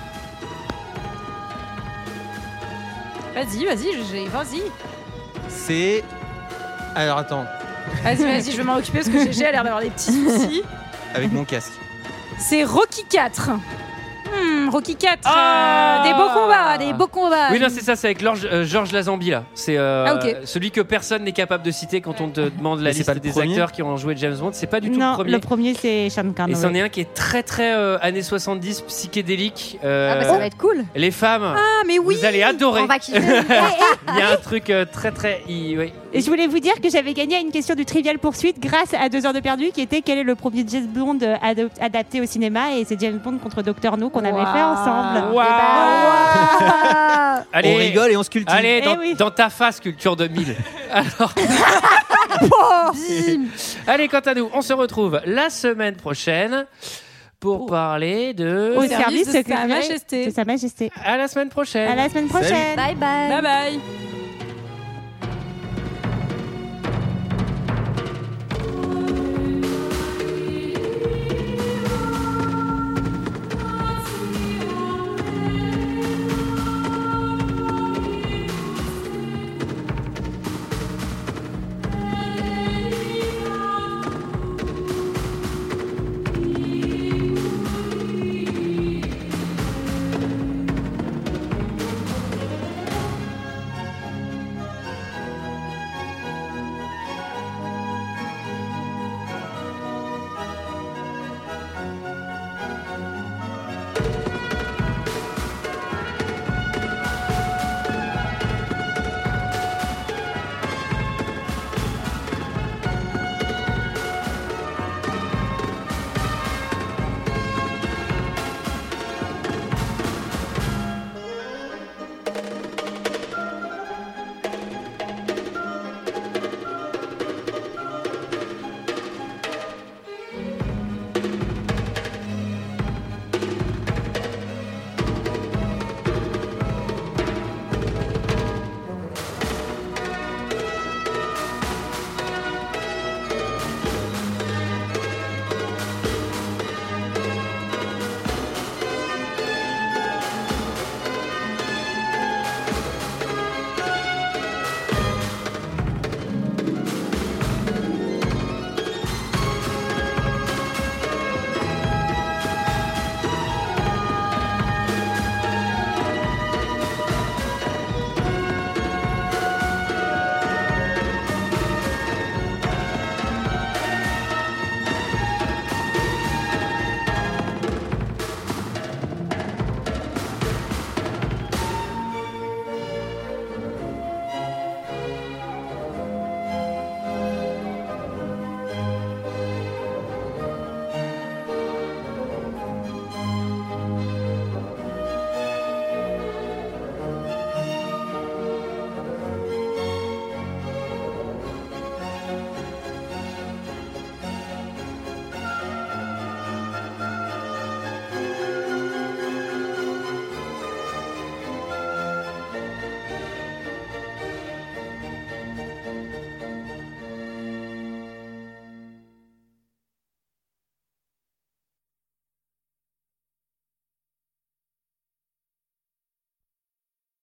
Vas-y, vas-y, j'ai, vas-y. C'est. Alors attends, Vas-y, vas-y, je vais m'en occuper parce que G G a l'air d'avoir des petits soucis. avec mon casque. C'est Rocky quatre. Hmm, Rocky quatre. Ah euh, des beaux combats, des beaux combats. Oui, non, c'est ça, c'est avec Georges euh, Georges Lazenby là. C'est euh, Ah, ok. celui que personne n'est capable de citer quand on te demande la Mais c'est liste pas le des premier acteurs qui ont joué James Bond. C'est pas du tout non, le premier. le premier c'est Sean Et Connery. c'en est un qui est très très euh, années soixante-dix, psychédélique. euh, Ah, bah ça va être cool. Les femmes, Ah, mais oui. vous allez adorer. On va kiffer. Il y a un truc euh, très très. il- oui. Et je voulais vous dire que j'avais gagné à une question du Trivial Poursuite grâce à deux heures de perdu qui était quel est le premier James Bond euh, ado- adapté au cinéma, et c'est James Bond contre Docteur No qu'on avait Waouh. fait ensemble. Waouh. Waouh. Allez, On rigole et on se cultive. Allez, Eh dans, oui. dans ta face, culture deux mille. Alors, allez, quant à nous, on se retrouve la semaine prochaine pour parler de. Au service service de secret Sa Majesté. de Sa Majesté. À la semaine prochaine. À la semaine prochaine. Bye bye. Bye bye.